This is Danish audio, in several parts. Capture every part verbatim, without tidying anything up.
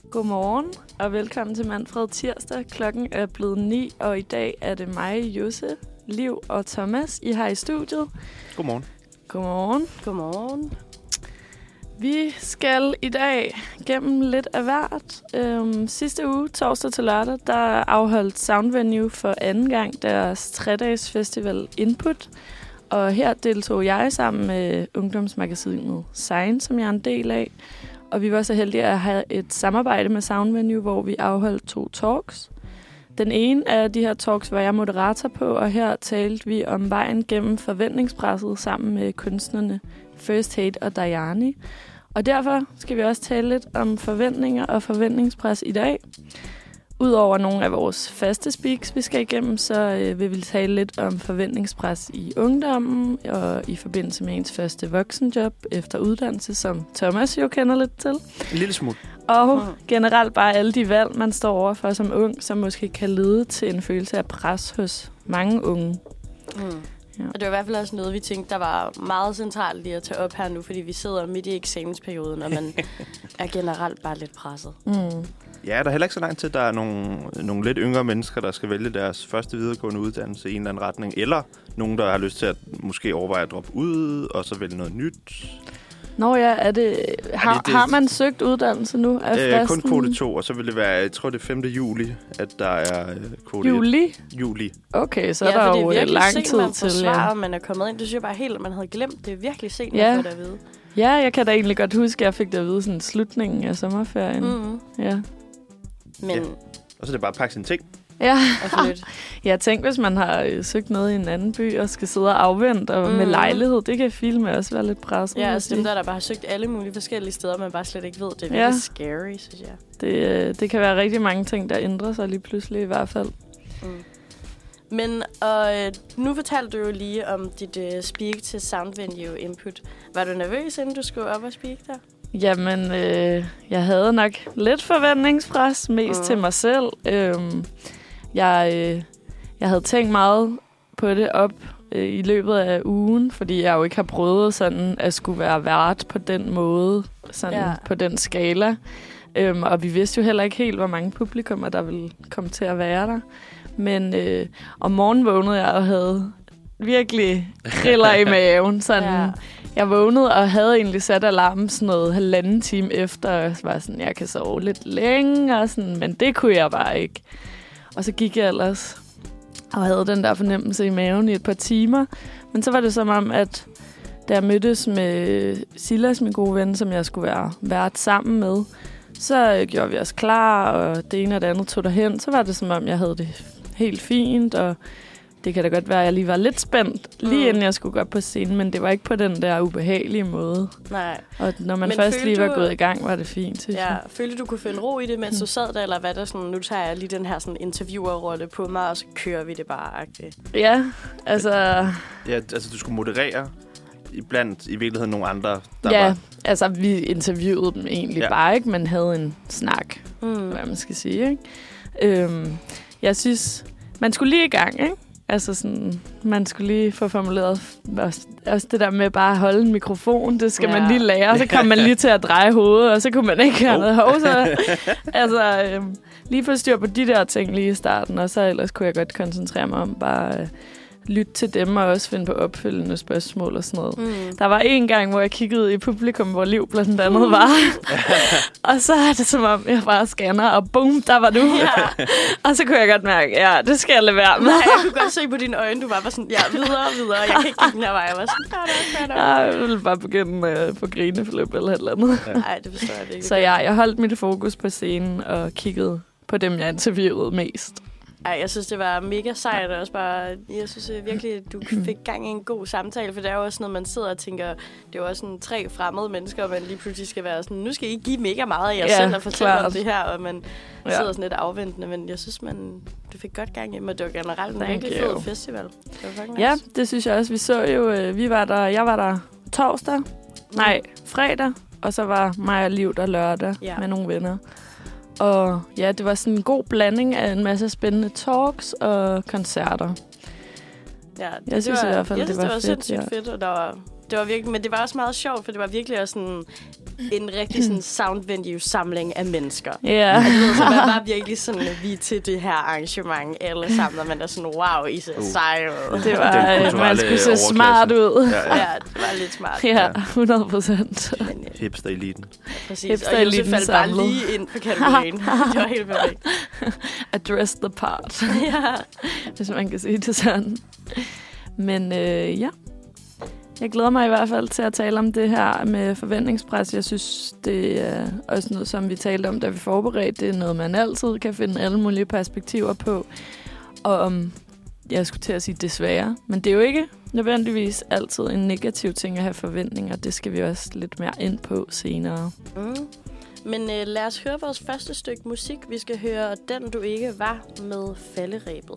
Godmorgen og velkommen til Manfred Tirsdag. Klokken er blevet ni, og i dag er det mig, Josse, Liv og Thomas, I har i studiet. Godmorgen. Godmorgen. Godmorgen. Vi skal i dag gennem lidt af hvert. Øhm, sidste uge, torsdag til lørdag, der afholdt Soundvenue for anden gang deres tre-dages festival Input. Og her deltog jeg sammen med ungdomsmagasinet Sign, som jeg er en del af. Og vi var så heldige at have et samarbejde med Soundvenue, hvor vi afholdt to talks. Den ene af de her talks var jeg moderator på, og her talte vi om vejen gennem forventningspresset sammen med kunstnerne First Hate og Dajani. Og derfor skal vi også tale lidt om forventninger og forventningspres i dag. Udover nogle af vores faste speaks, vi skal igennem, så øh, vil vi tale lidt om forventningspres i ungdommen og i forbindelse med ens første voksenjob efter uddannelse, som Thomas jo kender lidt til. En lille smule. Og generelt bare alle de valg, man står overfor som ung, som måske kan lede til en følelse af pres hos mange unge. Mm. Ja. Og det var i hvert fald også noget, vi tænkte, der var meget centralt lige at tage op her nu, fordi vi sidder midt i eksamensperioden, og man er generelt bare lidt presset. Mm. Ja, der er heller ikke så langt til, at der er nogle, nogle lidt yngre mennesker, der skal vælge deres første videregående uddannelse i en eller anden retning, eller nogen, der har lyst til at måske overveje at droppe ud, og så vælge noget nyt. Nå ja, er det, har, det, det, har man søgt uddannelse nu? Er øh, kun kvote to, og så vil det være, jeg tror det er femte juli, at der er øh, kvote Juli? et. Juli. Okay, så ja, er der jo det er lang sent, tid man til. Svar, Ja, man er kommet ind. Det synes jeg bare helt, at man havde glemt. Det er virkelig sent, ja. man får det at vide. Ja, jeg kan da egentlig godt huske, at jeg fik det at vide sådan slutningen af sommerferien. Mm-hmm. Ja. Men... Ja. Og så er det bare at pakke sine ting. Ja, absolut. Jeg tænker, hvis man har øh, søgt noget i en anden by og skal sidde og afvente og mm. med lejlighed, det kan filme også være lidt presset. Ja, altså dem der, der bare har søgt alle mulige forskellige steder, man bare slet ikke ved. Det er virkelig ja. scary, synes jeg. Det, øh, det kan være rigtig mange ting, der ændrer sig lige pludselig i hvert fald. Mm. Men og, øh, nu fortalte du jo lige om dit øh, speak til Soundvenue Input. Var du nervøs, inden du skulle op og speak der? Jamen, øh, jeg havde nok lidt forventningspres, mest mm. til mig selv. Øhm, jeg, øh, jeg havde tænkt meget på det op øh, i løbet af ugen, fordi jeg jo ikke har prøvet sådan at skulle være vært på den måde, sådan ja. på den skala. Øhm, og vi vidste jo heller ikke helt, hvor mange publikummer, der ville komme til at være der. Men øh, om morgenen vågnede jeg og havde virkelig kriller i maven. Sådan, ja. Jeg vågnede og havde egentlig sat alarmen sådan noget halvanden time efter. Og var sådan, jeg kan sove lidt længe, og sådan, men det kunne jeg bare ikke. Og så gik jeg ellers og havde den der fornemmelse i maven i et par timer. Men så var det som om, at da jeg mødtes med Silas, min gode ven, som jeg skulle være vært sammen med, så gjorde vi os klar, og det ene og det andet tog derhen. Så var det som om, jeg havde det helt fint, og det kan da godt være, at jeg lige var lidt spændt, lige mm. inden jeg skulle gå op på scenen, men det var ikke på den der ubehagelige måde. Nej. Og når man men først lige var du, gået i gang, var det fint, synes ja, jeg. Følte du kunne finde ro i det, mens du sad der, eller hvad der sådan, nu tager jeg lige den her sådan interviewerrolle på mig, og så kører vi det bare. -agtigt. Ja, altså... Ja, altså du skulle moderere iblandt i virkeligheden nogle andre, der ja, var... altså vi interviewede dem egentlig ja. bare ikke, men havde en snak, mm. hvad man skal sige, ikke? Øhm, jeg synes, man skulle lige i gang, ikke? Altså sådan, man skulle lige få formuleret også, også det der med bare at holde en mikrofon, det skal ja. man lige lære, og så kom man lige til at dreje hovedet, og så kunne man ikke have oh. noget hov, så altså øhm, lige få styr på de der ting lige i starten, og så ellers kunne jeg godt koncentrere mig om bare øh, lytte til dem og også finde på opfølgende spørgsmål og sådan noget. Mm. Der var en gang, hvor jeg kiggede i publikum, hvor Liv blandt andet var. Og så er det som om, jeg bare scanner, og bum, der var du. Ja. Og så kunne jeg godt mærke, ja, det skal jeg lade være med. Nej, jeg kunne godt se på dine øjne, du var bare sådan, ja, videre, videre. Jeg kan ikke gik den her vej. Jeg var sådan, fair nok, fair nok. Jeg ville bare begynde uh, på grineflip eller et eller andet. Nej, det forstår jeg det ikke. Så ja, jeg holdt mit fokus på scenen og kiggede på dem, jeg interviewede mest. Ej, jeg synes, det var mega sejt, og også bare, jeg synes virkelig, du fik gang i en god samtale, for det er jo også noget, man sidder og tænker, det er jo også sådan tre fremmede mennesker, og man lige pludselig skal være sådan, nu skal I give mega meget af jer ja, selv og fortælle klart. om det her, og man ja. sidder sådan lidt afventende, men jeg synes, man, du fik godt gang i, og det var generelt en rigtig fed festival. Det var ja, nice. det synes jeg også. Vi så jo, vi var der, jeg var der torsdag, mm. nej, fredag, og så var mig og Liv der lørdag ja. med nogle venner. Og ja, det var sådan en god blanding af en masse spændende talks og koncerter. Ja, det, jeg synes var, i hvert fald, jeg det synes, var, det var fedt. sindssygt Ja. fedt, og der var det var virkelig, men det var også meget sjovt, for det var virkelig også sådan en rigtig sådan sound venue samling af mennesker. Ja. Yeah. Altså, så man var virkelig sådan, vi er til det her arrangement alle sammen, og man er sådan, wow, I ser uh. seje ud. Det var, øh, man skulle se smart ud. Ja, ja. Ja, det var lidt smart. Ja, hundrede procent. Hipster-eliten. Præcis, Hipster-eliten og Josef faldt bare lige ind på kategorien. Det var helt perfekt. Address the part. Ja. Hvis man kan sige det sådan. Men øh, ja, jeg glæder mig i hvert fald til at tale om det her med forventningspres. Jeg synes, det er også noget, som vi talte om, da vi forberedte. Det er noget, man altid kan finde alle mulige perspektiver på. Og om, jeg skulle til at sige desværre, men det er jo ikke nødvendigvis altid en negativ ting at have forventninger. Det skal vi også lidt mere ind på senere. Mm. Men øh, lad os høre vores første stykke musik. Vi skal høre Den du ikke var med Falderebet.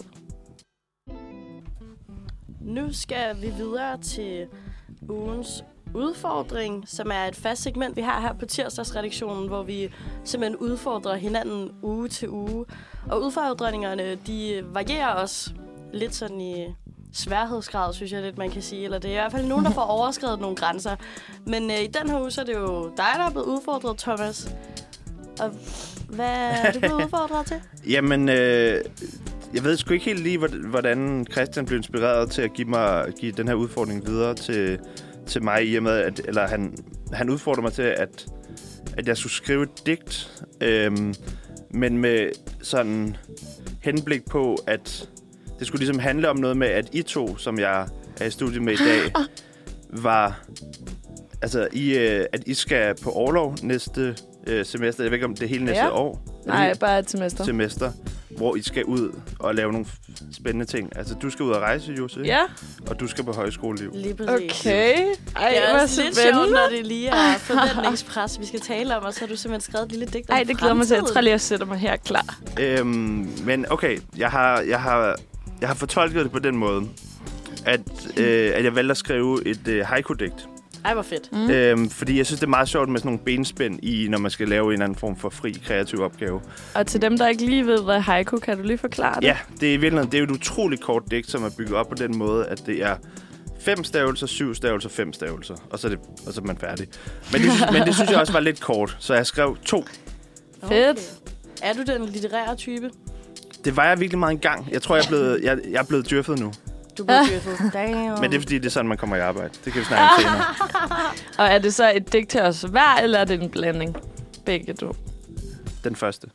Nu skal vi videre til ugens udfordring, som er et fast segment, vi har her på tirsdagsredaktionen, hvor vi simpelthen udfordrer hinanden uge til uge. Og udfordringerne, de varierer også lidt sådan i sværhedsgrad, synes jeg lidt, man kan sige. Eller det er i hvert fald nogen, der får overskredet nogle grænser. Men øh, i den her uge, så er det jo dig, der er blevet udfordret, Thomas. Og hvad er du blevet udfordret til? Jamen, øh, jeg ved sgu ikke helt lige, hvordan Christian blev inspireret til at give mig give den her udfordring videre til, til mig, i og med, at eller han, han udfordrer mig til, at, at jeg skulle skrive et digt, øhm, men med sådan henblik på, at det skulle ligesom handle om noget med, at I to, som jeg er i studiet med i dag, var... Altså, I, øh, at I skal på orlov næste øh, semester. Jeg ved ikke, om det er hele næste ja. år. Nej, det bare et semester. Semester, hvor I skal ud og lave nogle spændende ting. Altså, du skal ud og rejse, Josef. Ja. Og du skal på højskoleliv. Lige præcis. Okay. Ej, det er også lidt spændende. sjovt, når det lige er forventningspres, vi skal tale om, og så har du simpelthen skrevet et lille digt om Ej, det glæder mig til. Jeg tror lige, jeg sætter mig her klar. Øhm, men okay, jeg har, jeg, har, jeg har fortolket det på den måde, at, øh, at jeg valgte at skrive et øh, haiku-digt. Ej, hvor fedt. Mm. Øhm, fordi jeg synes, det er meget sjovt med sådan nogle benspænd i, når man skal lave en eller anden form for fri, kreativ opgave. Og til dem, der ikke lige ved, hvad haiku, kan du lige forklare det? Ja, det er i virkeligheden det er jo et utroligt kort digt, som er bygget op på den måde, at det er fem stavelser, syv stavelser, fem stavelser, og så er, det, og så er man færdig. Men det, synes, men det synes jeg også var lidt kort, så jeg skrev to. Fedt. Okay. Er du den litterære type? Det var jeg virkelig meget engang. Jeg tror, jeg er blevet, jeg, jeg er blevet djøffet nu. Du blev djøffet. Damn. Men det er fordi, det er sådan, man kommer i arbejde. Det kan vi snakke om senere. Og er det så et digt til os hver, eller er det en blanding? Begge to. Den første.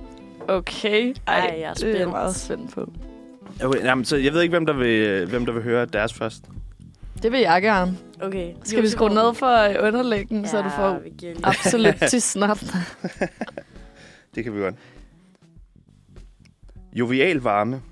Okay. Ej, Ej, jeg er det er jeg spændt. meget spændt på. Okay, jamen, så jeg ved ikke, hvem der vil, hvem der vil høre deres først. Det vil jeg gerne. Okay. Skal vi skrue ned for underlæggen, ja, så du får absolut til snart? Det kan vi godt. Jovial varme.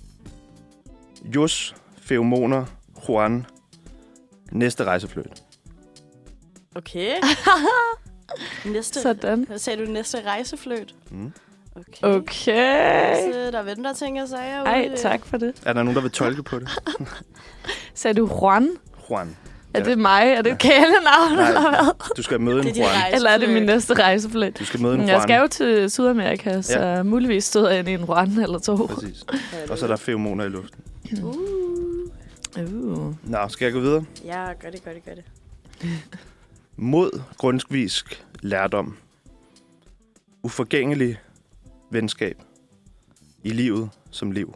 Jos, feromoner, Juan. Næste rejsefløjt. Okay. Næste, Sådan. Hvad sagde du? Næste rejsefløjt? Mm. Okay. Okay. Så der venter ting og sager. Ej, tak for det. Er der nogen, der vil tolke på det? Sagde du Juan? Juan. Er det mig? Er det et kælenavn, Nej, eller hvad? du skal møde en Det er din Juan. rejse. Eller er det min næste rejsefløjt? Du skal møde en Juan. Jeg skal jo til Sydamerika, så Ja. muligvis stod jeg inde i en Juan eller to. Præcis. Og så er der feromoner i luften. Uh. Uh. Nå, skal jeg gå videre? Ja, gør det, gør det, gør det. Mod grundskvisk lærdom. Uforgængelig venskab. I livet som liv.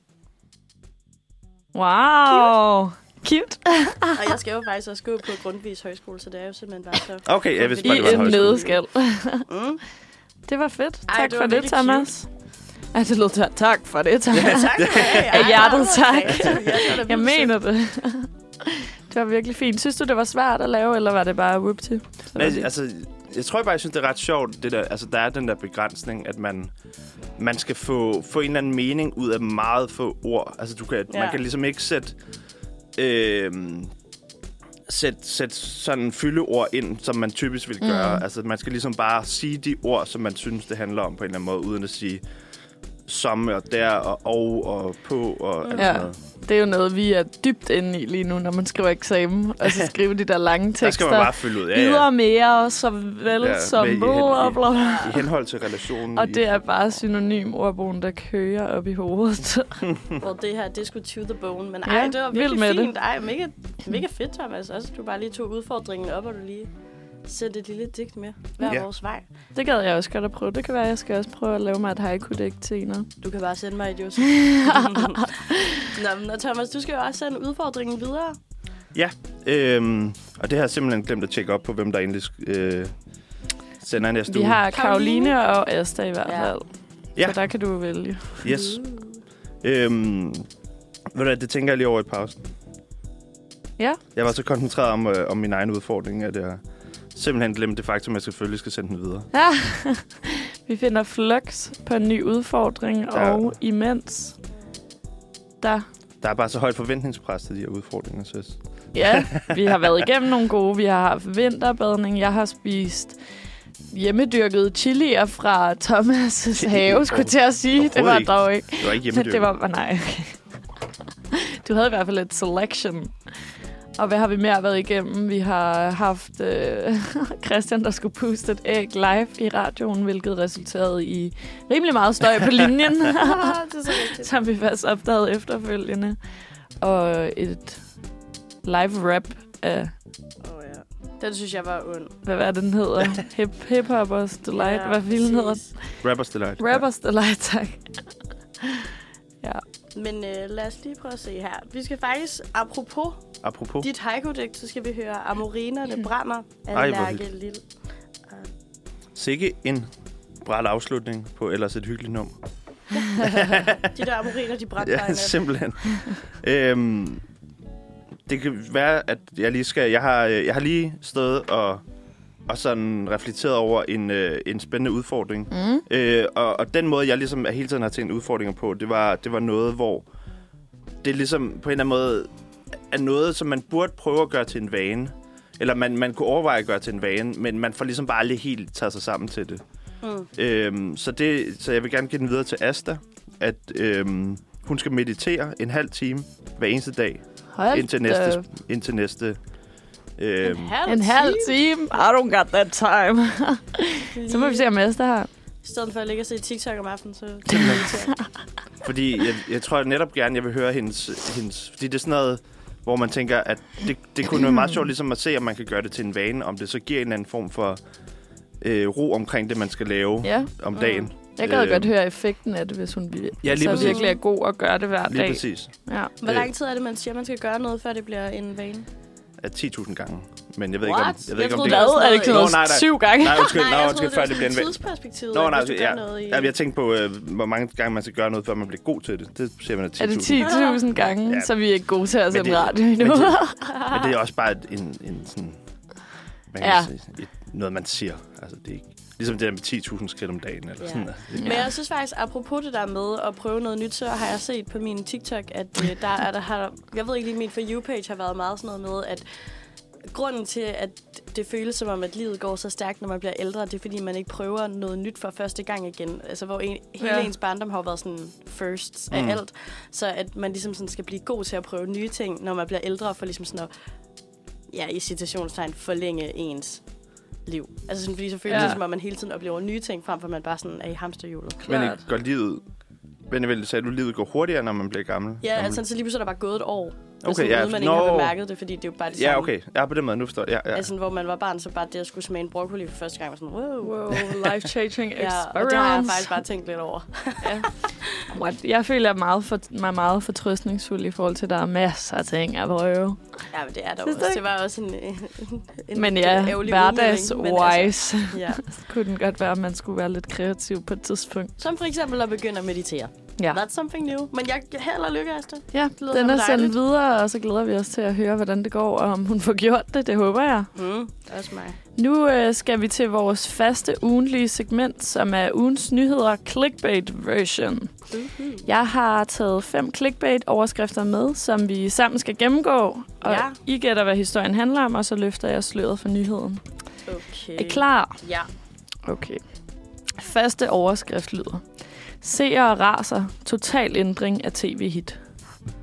Wow. Cute. Og jeg skal jo faktisk også gå på Grundtvigs Højskole, så det er jo simpelthen bare så... Okay, jeg vidste I bare, det var en en højskole. nødskal. Mm. Det var fedt. Ej, Tak det for var det, virkelig Thomas. Ej, det lød tørt. Tak for det, Thomas. Ja, tak for det. Af hjertet, tak. Jeg, Jeg mener det. Det var virkelig fint. Synes du, det var svært at lave, eller var det bare whoop-til? Men, altså, jeg tror bare, jeg synes, det er ret sjovt, det der, altså, der er den der begrænsning, at man, man skal få, få en eller anden mening ud af meget få ord. Altså, du kan, Ja. man kan ligesom ikke sætte, øh, sætte, sætte sådan fyldeord ind, som man typisk vil gøre. Mm. Altså, man skal ligesom bare sige de ord, som man synes, det handler om på en eller anden måde, uden at sige som og der og og og på og alt Ja. sådan noget. Det er jo noget, vi er dybt inde i lige nu, når man skriver eksamen, og så skriver de der lange tekster. Der skal man bare fylde ud. Ja, ja. Videre mere, så vel ja, som bla, bla, bla. I henhold til relationen. Og det er bare synonym ordbogen, der kører op i hovedet. Hvor det her, det skulle to the bone. Men ej, ja, det var virkelig med fint. det. Ej, mega, mega fedt, Thomas. Også, du bare lige tog udfordringen op, og du lige sætte et lille digt med hver ja. vores vej. Det gad jeg også godt at prøve. Det kan være, jeg skal også prøve at lave mig et haiku-digt senere. Du kan bare sende mig et, Josef. Nå, men Thomas, du skal jo også sende udfordringen videre. Ja, øhm, og det har jeg simpelthen glemt at tjekke op på, hvem der egentlig øh, sender næste Vi uge. Vi har Karoline og Asta i hvert fald. Ja. Så der kan du vælge. Yes. Uh. Øhm, ved du, det tænker jeg lige over i pausen. Ja. Jeg var så koncentreret om, øh, om min egen udfordring, at jeg simpelthen glemte det faktum, at jeg selvfølgelig skal sende den videre. Ja. Vi finder Flux på en ny udfordring, der, og imens der... Der er bare så højt forventningspres til de her udfordringer, synes. Ja, vi har været igennem nogle gode. Vi har haft vinterbadning. Jeg har spist hjemmedyrkede chilier fra Thomas' have, skulle til at sige. Det var dog ikke. Det var ikke hjemmedyrket. Det var, nej, okay. Du havde i hvert fald et selection. Og hvad har vi mere været igennem? Vi har haft øh, Christian, der skulle puste et æg live i radioen, hvilket resulterede i rimelig meget støj på linjen. Det er så rigtigt. Som vi først opdagede efterfølgende. Og et live rap af... Oh, ja. Den synes jeg var ond. Hvad var det, den hedder? Hip, Hip-Hoppers Delight. Ja, hvad filmen hedder? Rappers Delight. Rappers ja. Delight, tak. Ja. Men øh, lad os lige prøve at se her. Vi skal faktisk, apropos, apropos. dit haiku-digt, så skal vi høre Amorinerne brænder af Ej, Lærke Lille. Uh. Sikke en bræt afslutning på ellers et hyggeligt nummer. De der amoriner, de brændte ja, simpelthen. øhm, det kan være, at jeg lige skal... Jeg har, jeg har lige stået og, og sådan reflekteret over en, øh, en spændende udfordring. Mm. Øh, og, og den måde, jeg ligesom hele tiden har tænkt udfordringer på, det var, det var noget, hvor det ligesom på en eller anden måde er noget, som man burde prøve at gøre til en vane. Eller man, man kunne overveje at gøre til en vane, men man får ligesom bare aldrig helt taget sig sammen til det. Mm. Øhm, så det. Så jeg vil gerne give den videre til Asta, at øhm, hun skal meditere en halv time hver eneste dag. Hold indtil næste... Indtil næste øhm, en halv en halv time? I don't got that time. Så må vi se, om Asta har. I stedet for at ligge og se TikTok om aftenen, så kan meditere. Fordi jeg, jeg tror netop gerne, jeg vil høre hendes, hendes... Fordi det er sådan noget, hvor man tænker, at det, det kunne være meget sjovt ligesom at se, om man kan gøre det til en vane, om det så giver en eller anden form for øh, ro omkring det, man skal lave ja. om dagen. Mm. Jeg gad øh, godt høre effekten af det, hvis hun ja, så virkelig er god at gøre det hver lige dag. Præcis. Ja. Hvor lang tid er det, man siger, man skal gøre noget, før det bliver en vane? Ja, ti tusind gange. Men jeg ved What? ikke, om, jeg ved jeg ikke, om det er... Hvad? Er det ikke noget nej, syv gange? Nej, undskyld, nej, nej, jeg undskyld, troede, før det bliver en vane. vane. Tidsperspektivet, Nå, nej, ja. noget i... ja, jeg tænkte på, øh, hvor mange gange man skal gøre noget, før man bliver god til det. Det siger man, at ti tusind. Er det ti tusind gange, ja. Så vi er ikke gode til at sende radio endnu? Men, men det er også bare en, en sådan... Hvad kan ja. sige, et, noget, man siger. Altså, det er ikke... Ligesom det der med ti tusind skridt om dagen. Eller ja. sådan der. Men jeg synes faktisk, apropos det der med at prøve noget nyt, så har jeg set på min TikTok, at øh, der er der har... Jeg ved ikke lige, min For You-page har været meget sådan noget med, at grunden til, at det føles som om, at livet går så stærkt, når man bliver ældre, det er, fordi man ikke prøver noget nyt for første gang igen. Altså, hvor en, hele ja. ens barndom har været sådan first af mm. alt. Så at man ligesom sådan skal blive god til at prøve nye ting, når man bliver ældre, for ligesom sådan at, ja, i citationstegn, forlænge ens liv. Altså sådan, fordi så føles ja. det som om, man hele tiden oplever nye ting, frem for at man bare sådan er i hamsterhjulet. Men ikke går livet... Men vel, sagde du, livet går hurtigere, når man bliver gammel? Ja, gammel. Altså så lige pludselig er der bare gået et år. Okay, sådan, ja. Uden man no. ikke har bemærket det, fordi det er jo bare det ja, samme. okay. Ja, på den måde, nu forstår jeg. Ja, ja. Altså, hvor man var barn, så bare det at skulle smage en broccoli for første gang, var sådan, wow. Wow, life-changing experience. Ja, og det har jeg faktisk bare tænkt lidt over. ja. What? Jeg føler meget for, mig meget fortrøstningsfuld i forhold til, at der er masser af ting at prøve. Ja, men det er der også. Det var også en, en men ja, hverdags-wise altså, ja. kunne den godt være, at man skulle være lidt kreativ på et tidspunkt. Som for eksempel at begynde at meditere. Ja. That's something new. Men jeg held og lykke, Asta. Ja, den er sendt videre, og så glæder vi os til at høre, hvordan det går, og om hun får gjort det. Det håber jeg. Mm, også mig. Nu øh, skal vi til vores faste ugentlige segment, som er ugens nyheder clickbait version. Uh-huh. Jeg har taget fem clickbait-overskrifter med, som vi sammen skal gennemgå. Og ja. I gætter, hvad historien handler om, og så løfter jeg sløret for nyheden. Okay. Er I klar? Ja. Okay. Første overskrift lyder: Seere raser. Total ændring af tv-hit.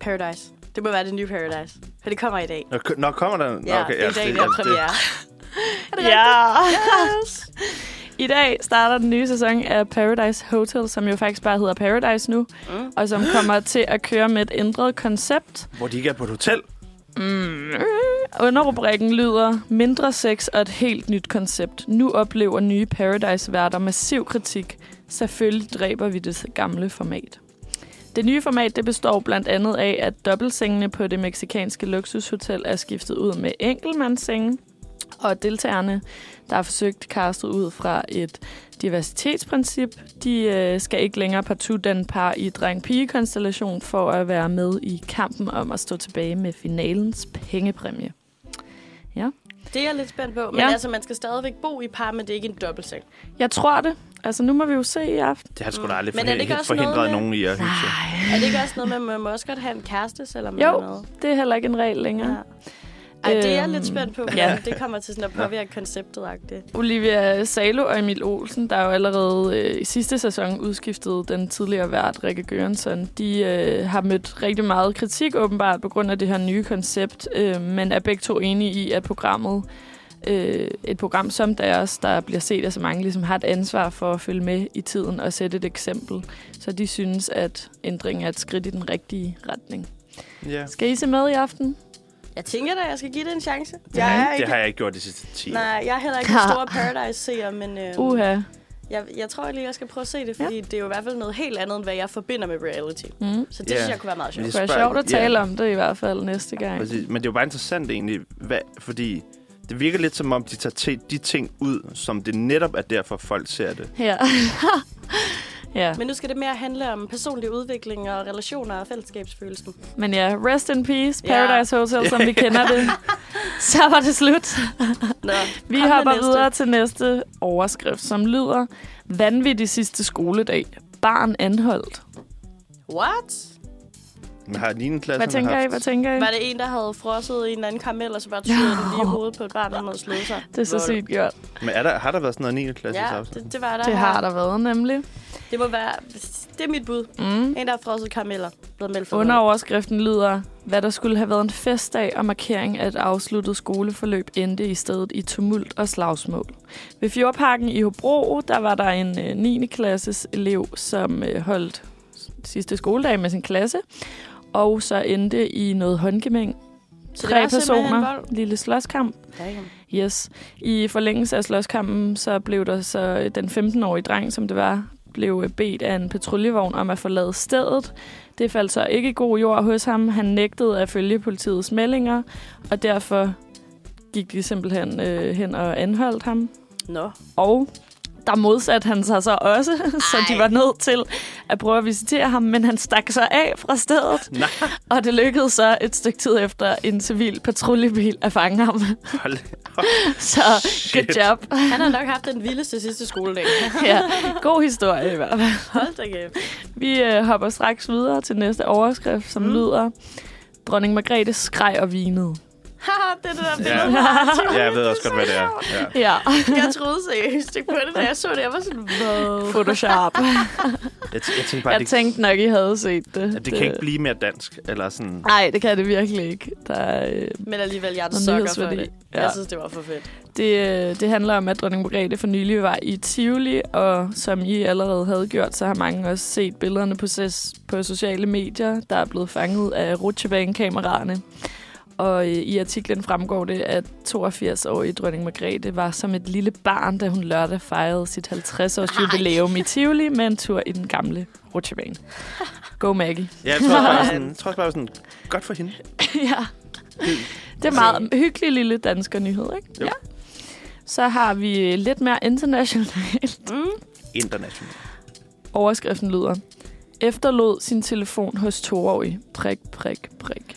Paradise. Det må være det nye Paradise. For det kommer i dag. Nå, Nå kommer der? Nå, Ja, okay, det er i dag, der er premiere. Er det ja. Yes. I dag starter den nye sæson af Paradise Hotel, som jo faktisk bare hedder Paradise nu, mm. og som kommer til at køre med et ændret koncept. Hvor de ikke er på et hotel? Mm. Underrubrikken lyder mindre sex og et helt nyt koncept. Nu oplever nye Paradise-værter massiv kritik. Selvfølgelig dræber vi det gamle format. Det nye format det består blandt andet af, at dobbeltsengene på det mexikanske luksushotel er skiftet ud med enkeltmandssenge, og deltagerne, der har forsøgt castet ud fra et diversitetsprincip, de øh, skal ikke længere partout den par i dreng-pige-konstellation for at være med i kampen om at stå tilbage med finalens pengepræmie. Ja. Det er jeg lidt spændt på, men ja. altså, man skal stadigvæk bo i par, men det er ikke en dobbeltseng. Jeg tror det. Altså, nu må vi jo se i aften. Det har sgu da aldrig Men er det ikke forhindret, også forhindret noget med- nogen i at hygge sig. Nej. Er det ikke også noget med, at man må også godt have en kæreste, selvom man Jo, er med? det er heller ikke en regel længere. Ja. Ej, det er jeg Øhm, lidt spændt på, men ja. ja. det kommer til sådan at påvirke konceptet-agtigt. Olivia Salo og Emil Olsen, der jo allerede øh, i sidste sæson udskiftede den tidligere vært, Rikke Göransson, de øh, har mødt rigtig meget kritik åbenbart på grund af det her nye koncept, øh, men er begge to enige i, at programmet, øh, et program som deres, der bliver set af så mange, ligesom har et ansvar for at følge med i tiden og sætte et eksempel. Så de synes, at ændringen er et skridt i den rigtige retning. Ja. Skal I se med i aften? Jeg tænker da, jeg skal give det en chance. Det, Jeg har, er jeg, det ikke, har jeg ikke gjort de sidste ti år. nej, jeg er heller ikke en stor Paradise-seer, men øh, Uha. jeg, jeg tror lige, jeg skal prøve at se det, fordi ja. det er jo i hvert fald noget helt andet, end hvad jeg forbinder med reality. Mm. Så det Ja. synes jeg kunne være meget sjovt. Men Det er spørger- sjovt at tale om det i hvert fald næste gang. Præcis. Men det er jo bare interessant egentlig, hvad, fordi det virker lidt som om, de tager te- de ting ud, som det netop er derfor, folk ser det. Ja. ja. Men nu skal det mere handle om personlig udvikling og relationer og fællesskabsfølelsen. Men ja, rest in peace, Ja. Paradise Hotel, som vi kender det. Så var det slut. Nå, Vi kom med hopper næste. videre til næste overskrift, som lyder: vanvittig sidste skoledag. Barn anholdt. What? Men har niende klasse Hvad tænker I? Hvad tænker I? Var det en, der havde frosset i en anden karamel, og så bare tyret den lige i hovedet på et barn, der havde slået sig? Det er så sygt gjort. Men er der, har der været sådan noget niende klasse Ja, afsnit? det, det var der Det her. har der været nemlig. Det må være... Det er mit bud. Mm. En, der har frosset karameller. Blevet meldt for Under overskriften lyder: hvad der skulle have været en festdag og markering af et afsluttet skoleforløb endte i stedet i tumult og slagsmål. Ved Fjordparken i Hobro, der var der en øh, niende klasses elev, som øh, holdt sidste skoledag med sin klasse, og så endte i noget håndgemæng. Så det Tre var simpelthen personer, vold? lille slåskamp. Damn. Yes. I forlængelse af slåskampen, så blev der så den femten-årige dreng, som det var, blev bedt af en patruljevogn om at forlade stedet. Det faldt så ikke i god jord hos ham. Han nægtede at følge politiets meldinger, og derfor gik de simpelthen øh, hen og anholdt ham. Nå. Og der modsatte han sig så også, så de var nødt til at prøve at visitere ham, men han stak sig af fra stedet. Nej. Og det lykkedes så et stykke tid efter en civil patruljebil at fange ham. Hold. Så good job. Han har nok haft den vildeste sidste skoledag. Ja, god historie i hvert fald. Hold da kæft. Vi øh, hopper straks videre til næste overskrift, som mm. lyder: dronning Margrethe skreg og vinede. Haha, det er det der billede. Ja. Ja, jeg ved også godt, hvad det er. Ja. Ja, Jeg troede seriøst ikke på det, da jeg så det. Jeg var sådan, hvad? Photoshop. Jeg, t- jeg tænkte bare, Jeg det, tænkte nok, I havde set det. at det kan ikke blive mere dansk. Eller sådan. Nej, det kan det virkelig ikke. Der er, øh, Men alligevel, jeg er Noget sukker for nyhedsværdi. det. Ja. Jeg synes, det var for fedt. det, øh, det handler om, at dronning Margrethe for nylig var i Tivoli, og som I allerede havde gjort, så har mange også set billederne på, ses, på sociale medier, der er blevet fanget af rutsjebanekameraerne. Og øh, i artiklen fremgår det, at toogfirs-årige dronning Margrethe var som et lille barn, da hun lørdag fejrede sit halvtreds-års jubilæum i Tivoli med en tur i den gamle rutsjebane. Go Maggie. Ja, jeg tror også bare, sådan, jeg tror også bare sådan, godt for hende. Ja. Det er meget hyggelig lille dansker nyhed, ikke? Jo. Ja. Så har vi lidt mere internationalt. Mm. International. Overskriften lyder: efterlod sin telefon hos toårig. Prik, prik, prik.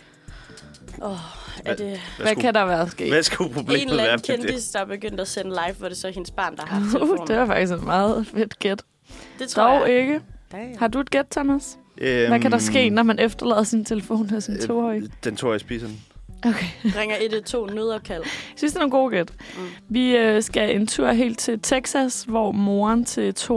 Åh, oh, er det Hvad skulle, kan der være sket? Hvad skulle en problemet eller være anden med det? kendis, der er begyndt at sende live, hvor det så er hendes barn, der har haft Uh, telefonen? det var faktisk et meget fedt gæt. Det tror Dog jeg. ikke. Damn. Har du et gæt, Thomas? Øhm, Hvad kan der ske, når man efterlader sin telefon hos en toårig? øh, Den toårige spiser den. Okay. Ringer et et to nødopkald. Jeg synes, det er nogle gode gæt. Mm. Vi øh, skal en tur helt til Texas, hvor moren til toårige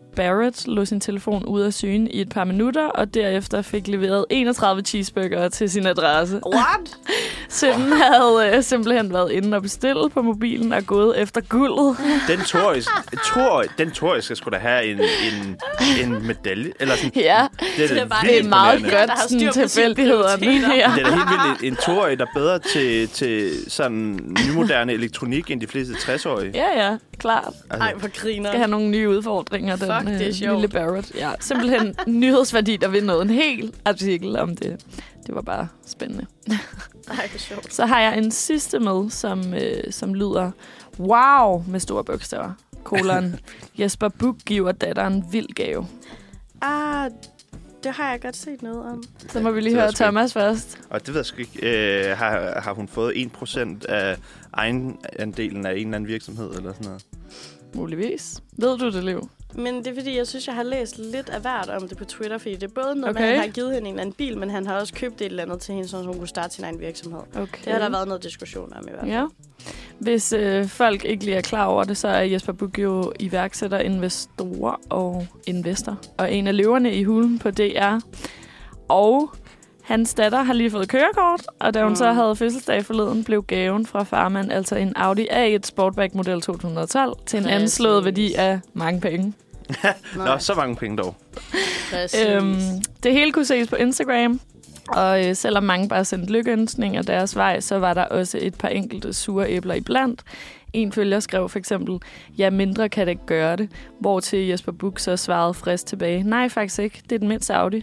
Barrett lå sin telefon ude af syne i et par minutter, og derefter fik leveret enogtredive cheeseburgere til sin adresse. What? Sønnen havde øh, simpelthen været inde og bestille på mobilen og gået efter guldet. Den toårige, toårige, den toårige skal sgu da have en, en, en medalje. Eller sådan. Ja, det er, det er, bare, det er meget der godt har sådan styr på tilfældighederne. sine prioriteter. Ja. Det er da helt vildt en toårig, der er bedre til, til sådan nymoderne elektronik end de fleste tres-årige. Ja, ja, klart. Altså, Ej, hvor griner. Skal have nogle nye udfordringer, Fuck, den det er øh, sjovt. lille Barrett. Ja, simpelthen nyhedsværdi, der vil noget. En hel artikel om det. Det var bare spændende. Ej, hvor sjovt. Så har jeg en sidste med, som, øh, som lyder wow med store bogstaver. Kolon. Jesper Buch giver datteren vild gave. Ah, det har jeg godt set noget om. Så må vi lige Det er høre sgu Thomas først. og det ved jeg sgu ikke. Øh, har, har hun fået en procent af egenandelen af en eller anden virksomhed eller sådan noget? Muligvis. Ved du det, Liv? Men det er fordi, jeg synes, jeg har læst lidt af hvert om det på Twitter, fordi det er både noget, Okay. med, at han har givet hende en eller anden bil, men han har også købt et eller andet til hende, så hun kunne starte sin egen virksomhed. Okay. Det har der været noget diskussion om i hvert fald. Ja. Hvis øh, folk ikke lige er klar over det, så er Jesper Buch jo iværksætter, investor og investor. Og en af løverne i hulen på D R. Og hans datter har lige fået kørekort, og da hun mm. så havde fødselsdag forleden, blev gaven fra farmand altså en Audi A et Sportback model to tusind og tolv til en Præcis. anslået værdi af mange penge. Nå, så mange penge dog. Præcis. Øhm, det hele kunne ses på Instagram, og øh, selvom mange bare sendte lykkeønskninger deres vej, så var der også et par enkelte sure æbler iblandt. En følger skrev for eksempel, ja, mindre kan det ikke gøre det, hvor til Jesper Buch så svarede frisk tilbage, nej, faktisk ikke, det er den mindste Audi.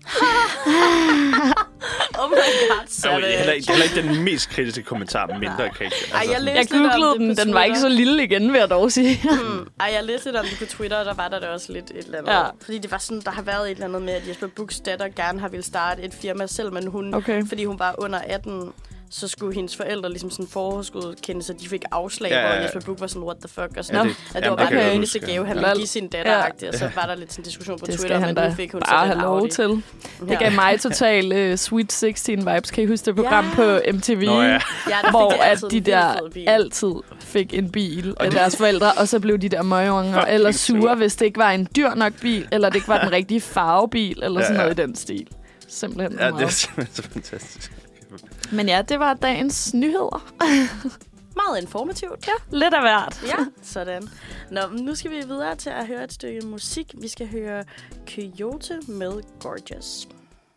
Oh my god, så Okay, heller, ikke, heller ikke den mest kritiske kommentar, mindre kan ikke. Ej, jeg sådan- læste Jeg lidt om googlede det den, på den var ikke så Twitter. lille igen, vil jeg dog sige. Hmm. Ej, jeg læste lidt om det på Twitter, og der var der da også lidt et eller andet. Ja. Fordi det var sådan, der har været et eller andet med, at Jesper Buchs datter gerne har ville starte et firma selv, men hun, Okay. fordi hun var under atten, så skulle hendes forældre ligesom sådan forhåndsgodkende, så de fik afslag, Ja, ja, hvor ja. Jesper Buch var sådan, what the fuck, og sådan. Nå. Ja, det, at det jamen, var bare kan jeg den eneste huske. gave, han Lol. ville give sin datter, Ja. og så var der lidt sådan en diskussion på Det Twitter, skal han men da nu fik hun bare selv have en lov Audi. til. Det Ja. gav mig total uh, Sweet seksten vibes. Kan I huske det program Ja. på M T V? Nå ja. Ja, der fik Hvor de at altid de en vildt der fed bil. altid fik en bil af deres forældre, og så blev de der møgeunger eller sure, sure. hvis det ikke var en dyr nok bil, eller det ikke var den rigtige farvebil, eller Ja, sådan ja. noget i den stil. Simpelthen Ja, det er meget. simpelthen så fantastisk. Men ja, det var dagens nyheder. Meget informativt. Ja, lidt af hvert. Ja, sådan. Nå, men nu skal vi videre til at høre et stykke musik. Vi skal høre Coyote med Gorgeous.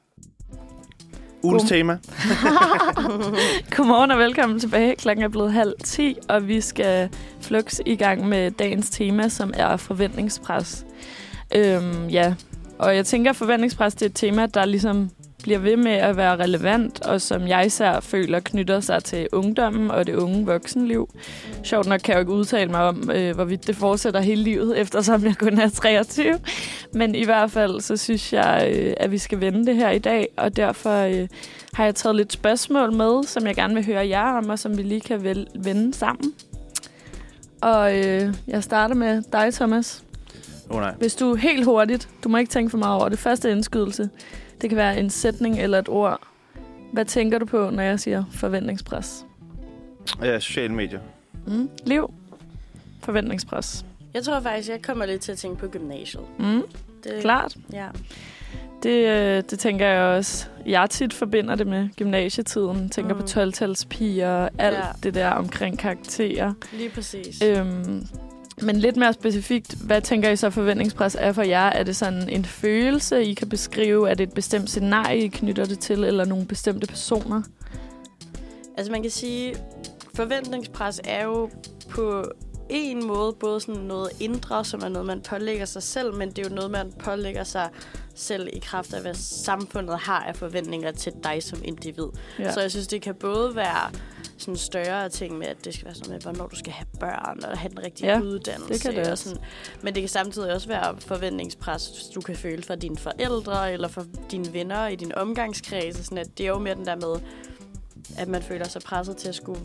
Ugens tema. Godmorgen og velkommen tilbage. Klokken er blevet halv ti, og vi skal flux i gang med dagens tema, som er forventningspres. Øhm, ja, og jeg tænker, at forventningspres det er et tema, der ligesom bliver ved med at være relevant, og som jeg især føler knytter sig til ungdommen og det unge voksenliv. Sjovt nok kan jeg jo ikke udtale mig om, øh, hvorvidt det fortsætter hele livet, eftersom jeg kun er treogtyve. Men i hvert fald, så synes jeg, øh, at vi skal vende det her i dag, og derfor øh, har jeg taget lidt spørgsmål med, som jeg gerne vil høre jer om, og som vi lige kan vel- vende sammen. Og øh, jeg starter med dig, Thomas. Åh oh, nej. Hvis du helt hurtigt, du må ikke tænke for meget over det, første indskydelse, det kan være en sætning eller et ord. Hvad tænker du på, når jeg siger forventningspres? Ja, sociale medier. Mm. Liv? Forventningspres. Jeg tror faktisk, jeg kommer lidt til at tænke på gymnasiet. Mm. Det, Klart. Ja. Det, øh, det tænker jeg også. Jeg tit forbinder det med gymnasietiden. Tænker Mm. på tolv-talspiger og alt Ja. det der omkring karakterer. Lige præcis. Øhm, men lidt mere specifikt, hvad tænker I så forventningspres er for jer? Er det sådan en følelse, I kan beskrive? Er det et bestemt scenarie, I knytter det til? Eller nogle bestemte personer? Altså man kan sige, forventningspres er jo på en måde både sådan noget indre, som er noget, man pålægger sig selv, men det er jo noget, man pålægger sig selv i kraft af, hvad samfundet har af forventninger til dig som individ. Ja. Så jeg synes, det kan både være sådan større ting med, at det skal være sådan med, hvornår du skal have børn, og have den rigtige Ja, uddannelse. det kan det og også. sådan. Men det kan samtidig også være forventningspres, du kan føle fra dine forældre, eller fra dine venner i din omgangskreds. Sådan at det er jo mere den der med, at man føler sig presset til at skulle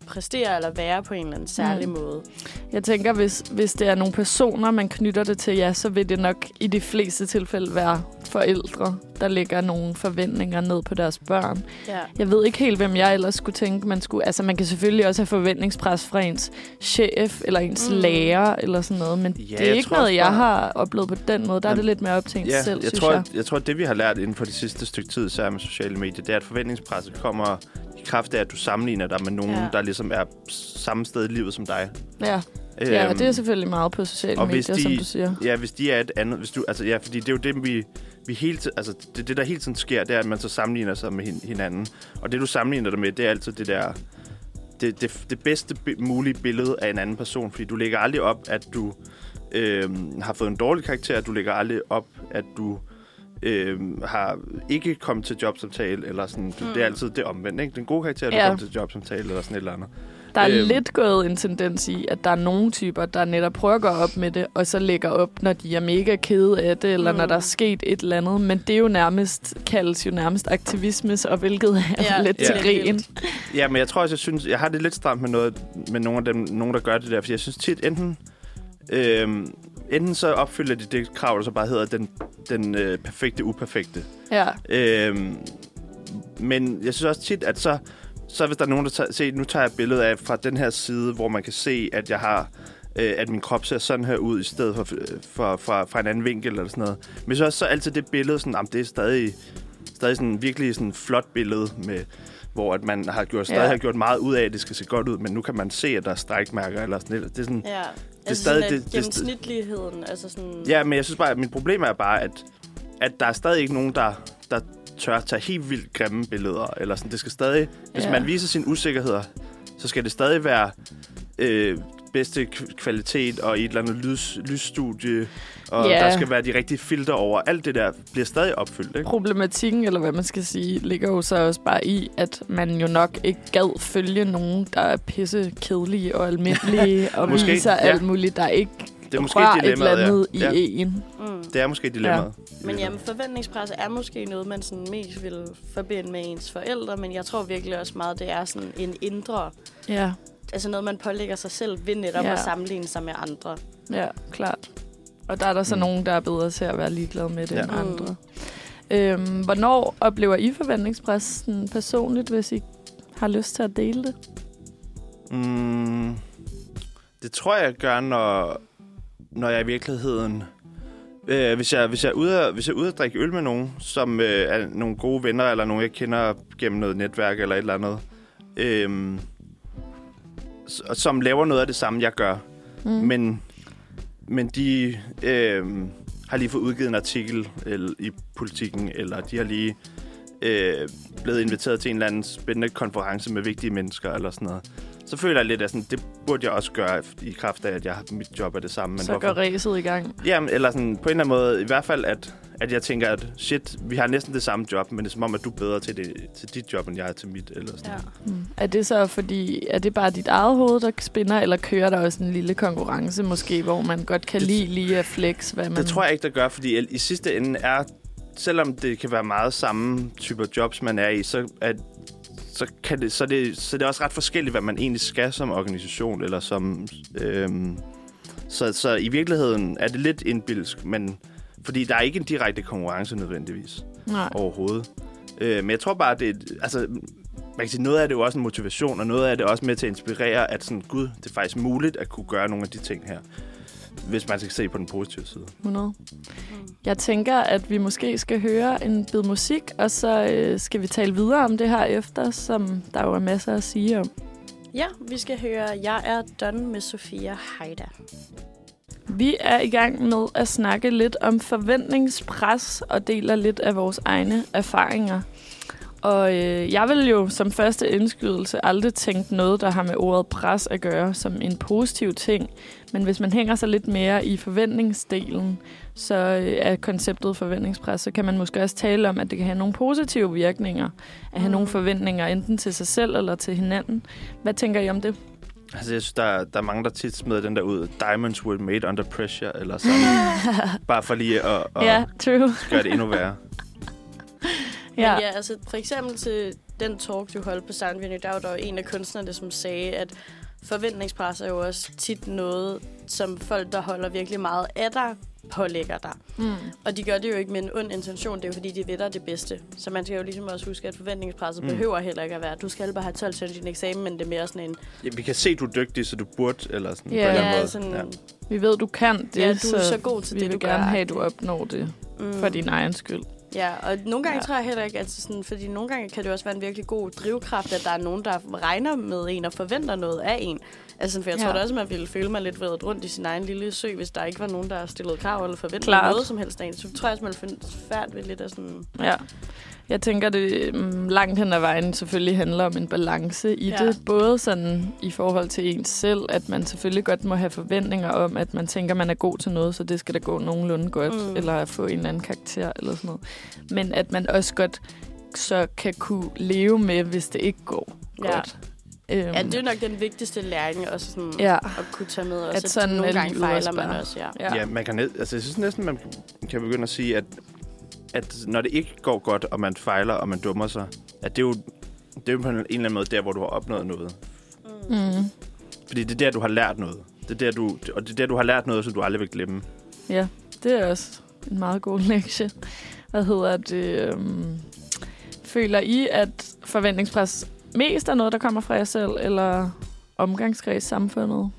præstere eller være på en eller anden særlig mm. måde. Jeg tænker, hvis, hvis det er nogle personer, man knytter det til, ja, så vil det nok i de fleste tilfælde være forældre, der lægger nogle forventninger ned på deres børn. Ja. Jeg ved ikke helt, hvem jeg ellers skulle tænke, man skulle... Altså, man kan selvfølgelig også have forventningspres fra ens chef eller ens mm. lærer eller sådan noget, men ja, det er ikke noget, jeg bare... har oplevet på den måde. Der er det lidt mere op til ens ja, selv, jeg synes tror, jeg. At, jeg tror, at det, vi har lært inden for de sidste stykke tid, så med sociale medier, det er, at forventningspresset kommer i kraft af, at du sammenligner dig med nogen, ja. der ligesom er samme sted i livet som dig. Ja. Øhm, ja, og det er selvfølgelig meget på sociale medier, de, som du siger. Ja, hvis de er et andet... Hvis du, altså, ja, fordi det er jo det, vi... vi hele tiden, altså, det, det, der hele tiden sker, det er, at man så sammenligner sig med hinanden. Og det, du sammenligner dig med, det er altid det der... Det, det, det bedste mulige billede af en anden person. Fordi du lægger aldrig op, at du øh, har fået en dårlig karakter. Du lægger aldrig op, at du øh, har ikke kommet til jobsamtale. Eller sådan. Mm. Det er altid det omvendt, ikke? Den gode karakter, at du ja. kommer til jobsamtale eller sådan et eller andet. Der er øhm. lidt gået en tendens i, at der er nogle typer, der netop prøver at gå op med det, og så lægger op, når de er mega kede af det, eller mm. når der er sket et eller andet. Men det er jo nærmest, kaldes jo nærmest aktivisme, og hvilket er ja. lidt ja. til grin. Ja, men jeg tror også, jeg synes, jeg har det lidt stramt med noget, med nogle af dem, nogen, der gør det der, fordi jeg synes tit, enten, øhm, enten så opfylder de det krav, der så bare hedder den, den øh, perfekte uperfekte. Ja. Øhm, men jeg synes også tit, at så Så hvis der er nogen, der tager... Se, nu tager jeg et billede af fra den her side, hvor man kan se, at jeg har... Øh, at min krop ser sådan her ud, i stedet for, for, for, for en anden vinkel eller sådan noget. Men så også så altid det billede, sådan, jamen, det er stadig, stadig sådan virkelig sådan flot billede, med, hvor at man har gjort, stadig ja. har gjort meget ud af, at det skal se godt ud, men nu kan man se, at der er strækmærker eller sådan noget. Det er sådan... Ja, det altså stadig, sådan det, gennemsnitligheden, altså sådan... Ja, men jeg synes bare, at mit problem er bare, at, at der er stadig ikke nogen, der... der tør tage helt vildt grimme billeder. Eller sådan. Det skal stadig... Hvis yeah. man viser sine usikkerheder, så skal det stadig være øh, bedste kvalitet og i et eller andet lys, lysstudie. Og yeah. der skal være de rigtige filter over. Alt det der bliver stadig opfyldt, ikke? Problematikken, eller hvad man skal sige, ligger jo så også bare i, at man jo nok ikke gad følge nogen, der er pisse kedelige og almindelige, og måske, viser ja. alt muligt, der ikke det er måske et eller andet ja. i ja. en. Mm. Det er måske dilemmaet. Ja. Men jamen, forventningspres er måske noget, man sådan mest vil forbinde med ens forældre, men jeg tror virkelig også meget, det er sådan en indre... Ja. Altså noget, man pålægger sig selv ved netop ja. at sammenligne sig med andre. Ja, klart. Og der er der så mm. nogen, der er bedre til at være ligeglade med det ja. end andre. Mm. Øhm, hvornår oplever I forventningspres sådan personligt, hvis I har lyst til at dele det? Mm, det tror jeg gør, når, når jeg i virkeligheden... Øh, hvis, jeg, hvis, jeg er ude at, hvis jeg er ude at drikke øl med nogen, som øh, er nogle gode venner, eller nogen, jeg kender gennem noget netværk eller et eller andet, øh, som laver noget af det samme, jeg gør. Mm. Men, men de øh, har lige fået udgivet en artikel eller, i Politikken, eller de har lige øh, blevet inviteret til en eller anden spændende konference med vigtige mennesker, eller sådan noget. Så føler jeg lidt, at sådan, det burde jeg også gøre i kraft af, at jeg, mit job er det samme. Men så hvorfor? går ræset i gang. Jamen, eller sådan, på en eller anden måde, i hvert fald, at, at jeg tænker, at shit, vi har næsten det samme job, men det er som om, at du er bedre til, det, til dit job, end jeg er til mit. Eller sådan. Ja. Mm. Er det så fordi, er det bare dit eget hoved, der spinner, eller kører der også en lille konkurrence måske, hvor man godt kan det, lide lige at flex, hvad man... Det tror jeg ikke, der gør, fordi i sidste ende er, selvom det kan være meget samme typer jobs, man er i, så er Så, kan det, så, det, så det er også ret forskelligt, hvad man egentlig skal som organisation. Eller som, øhm, så, så i virkeligheden er det lidt indbilsk, men, fordi der er ikke en direkte konkurrence nødvendigvis. Nej. Overhovedet. Øh, men jeg tror bare, at det, altså, man kan sige, noget af det er jo også en motivation, og noget af det er også med til at inspirere, at sådan, gud, det er faktisk muligt at kunne gøre nogle af de ting her. Hvis man skal se på den positive side. hundrede. Jeg tænker, at vi måske skal høre en bid musik, og så øh, skal vi tale videre om det her efter, som der jo er masser at sige om. Ja, vi skal høre Jeg er done med Sofia Heida. Vi er i gang med at snakke lidt om forventningspres og deler lidt af vores egne erfaringer. Og øh, jeg vil jo som første indskydelse aldrig tænke noget, der har med ordet pres at gøre, som en positiv ting. Men hvis man hænger sig lidt mere i forventningsdelen, så øh, er konceptet forventningspres, så kan man måske også tale om, at det kan have nogle positive virkninger. At have mm. nogle forventninger enten til sig selv eller til hinanden. Hvad tænker I om det? Altså, jeg synes, der, der er mange, der tit smider den der ud. Diamonds were made under pressure, eller sådan. Bare for lige at, at yeah, true. gøre det endnu værre. Ja. Men ja, altså for eksempel til den talk, du holdt på Soundvenue, der var der en af kunstnerne, som sagde, at forventningspres er jo også tit noget, som folk, der holder virkelig meget af dig, pålægger dig. Mm. Og de gør det jo ikke med en ond intention, det er jo fordi, de ved dig det bedste. Så man skal jo ligesom også huske, at forventningspresset mm. behøver heller ikke at være, du skal bare have tolv til din eksamen, men det er mere sådan en... Ja, vi kan se, du er dygtig, så du burde, eller sådan yeah. på en eller anden måde. Sådan, ja. Vi ved, du kan det, ja, du er så, så god til vi det, vil du gerne gør. have, at du opnår det mm. for din egen skyld. Ja, og nogle gange ja. tror jeg heller ikke, at sådan, fordi nogle gange kan det også være en virkelig god drivkraft, at der er nogen, der regner med en og forventer noget af en. Altså, for jeg ja. tror da også, at man ville føle mig lidt vredet rundt i sin egen lille sø, hvis der ikke var nogen, der stillede krav eller forventede noget som helst af en. Så tror jeg også, man ville finde svært ved lidt af sådan... Ja. Jeg tænker, det langt hen ad vejen selvfølgelig handler om en balance i ja. det. Både sådan i forhold til ens selv, at man selvfølgelig godt må have forventninger om, at man tænker, man er god til noget, så det skal da gå nogenlunde godt, mm. eller at få en eller anden karakter eller sådan noget. Men at man også godt så kan kunne leve med, hvis det ikke går ja. godt. Ja, det er nok den vigtigste læring også sådan, ja. at kunne tage med. Også, at sådan nogle gange fejler man bare. også, ja. Ja, ja man kan, altså, jeg synes næsten, man kan begynde at sige, at at når det ikke går godt, og man fejler, og man dummer sig, at det er jo, det er jo på en eller anden måde der, hvor du har opnået noget. Mm. Fordi det er der, du har lært noget. Det er der, du, og det er der, du har lært noget, som du aldrig vil glemme. Ja, det er også en meget god lektie. Hvad hedder det? Øhm, føler I, at forventningspres mest er noget, der kommer fra jer selv, eller omgangskreds samfundet?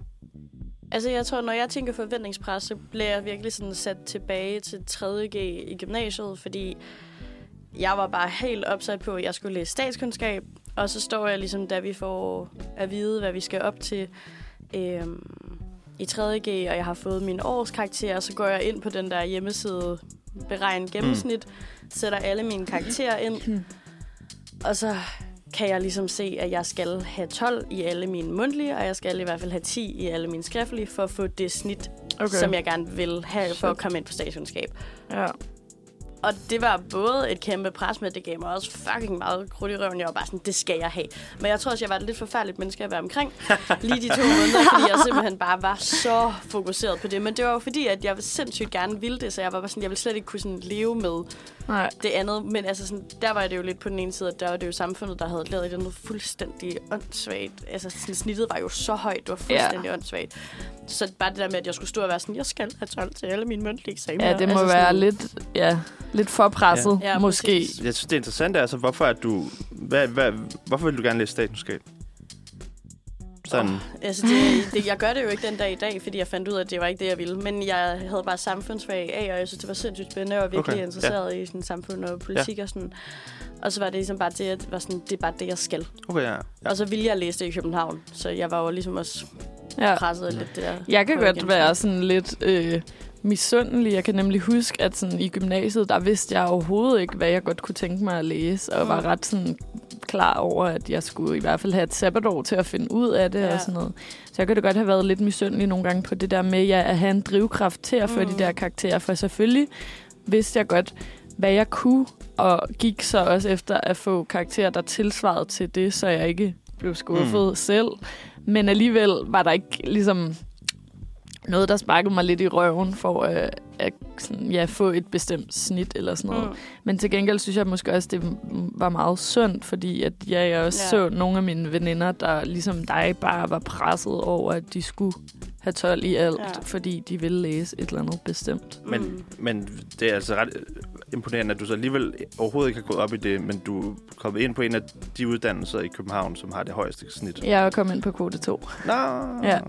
Altså, jeg tror, når jeg tænker forventningspres, så bliver jeg virkelig sådan sat tilbage til tredje G i gymnasiet, fordi jeg var bare helt opsat på, at jeg skulle læse statskundskab, og så står jeg ligesom, da vi får at vide, hvad vi skal op til øhm, i tredje G, og jeg har fået min årskarakter, og så går jeg ind på den der hjemmeside, beregn gennemsnit, mm. sætter alle mine karakterer ind, og så kan jeg ligesom se, at jeg skal have tolv i alle mine mundtlige, og jeg skal i hvert fald have ti i alle mine skriftlige, for at få det snit, okay. som jeg gerne vil have for at komme ind på statskundskab. Ja. Og det var både et kæmpe pres, men det gav mig også fucking meget krudt i røven. Jeg var bare sådan, det skal jeg have. Men jeg tror også, jeg var et lidt forfærdeligt menneske at være omkring lige de to måneder, fordi jeg simpelthen bare var så fokuseret på det. Men det var jo fordi, at jeg sindssygt gerne ville det, så jeg var bare sådan, jeg ville slet ikke kunne sådan leve med Nej. det andet. Men altså sådan, der var det jo lidt på den ene side, at der var det jo samfundet, der havde lavet det noget fuldstændig åndssvagt. Altså sådan, snittet var jo så højt, det var fuldstændig yeah. åndssvagt. Så bare det der med, at jeg skulle stå og være sådan, jeg skal have tolv til alle mine mundtlige eksamener. Ja, det må altså være sådan, lidt, ja, lidt for presset, ja. Ja, måske. Jeg synes, det er interessant, altså, hvorfor er du, hvad, hvad, hvorfor vil du gerne læse statskundskab? Sådan. Oh, altså det, det, jeg gør det jo ikke den dag i dag, fordi jeg fandt ud af, at det var ikke det, jeg ville. Men jeg havde bare samfundsfag af, og jeg synes, det var sindssygt spændende, og virkelig okay. interesseret ja. i sådan, samfund og politik ja. og sådan. Og så var det ligesom bare det, at var sådan, det er bare det, jeg skal. Okay, ja. Ja. Og så ville jeg læse det i København, så jeg var jo ligesom også ja. presset ja. lidt det der. Jeg kan godt være sådan lidt øh, misundelig. Jeg kan nemlig huske, at sådan, i gymnasiet, der vidste jeg overhovedet ikke, hvad jeg godt kunne tænke mig at læse, og mm. var ret sådan klar over, at jeg skulle i hvert fald have et sabbatår til at finde ud af det ja. og sådan noget. Så jeg kunne da godt have været lidt misundelig nogle gange på det der med ja, at have en drivkraft til at få mm. de der karakterer, for selvfølgelig vidste jeg godt, hvad jeg kunne, og gik så også efter at få karakterer, der tilsvarede til det, så jeg ikke blev skuffet mm. selv. Men alligevel var der ikke ligesom noget, der sparkede mig lidt i røven for at, at sådan, ja, få et bestemt snit eller sådan noget. Mm. Men til gengæld synes jeg måske også, det var meget sundt, fordi at, ja, jeg også ja. så nogle af mine veninder, der ligesom dig bare var presset over, at de skulle have tolv i alt, ja. fordi de ville læse et eller andet bestemt. Men, mm. men det er altså ret imponerende, at du så alligevel overhovedet ikke har gået op i det, men du er kommet ind på en af de uddannelser i København, som har det højeste snit. Jeg er kommet ind på kvote to. Nå! Ja.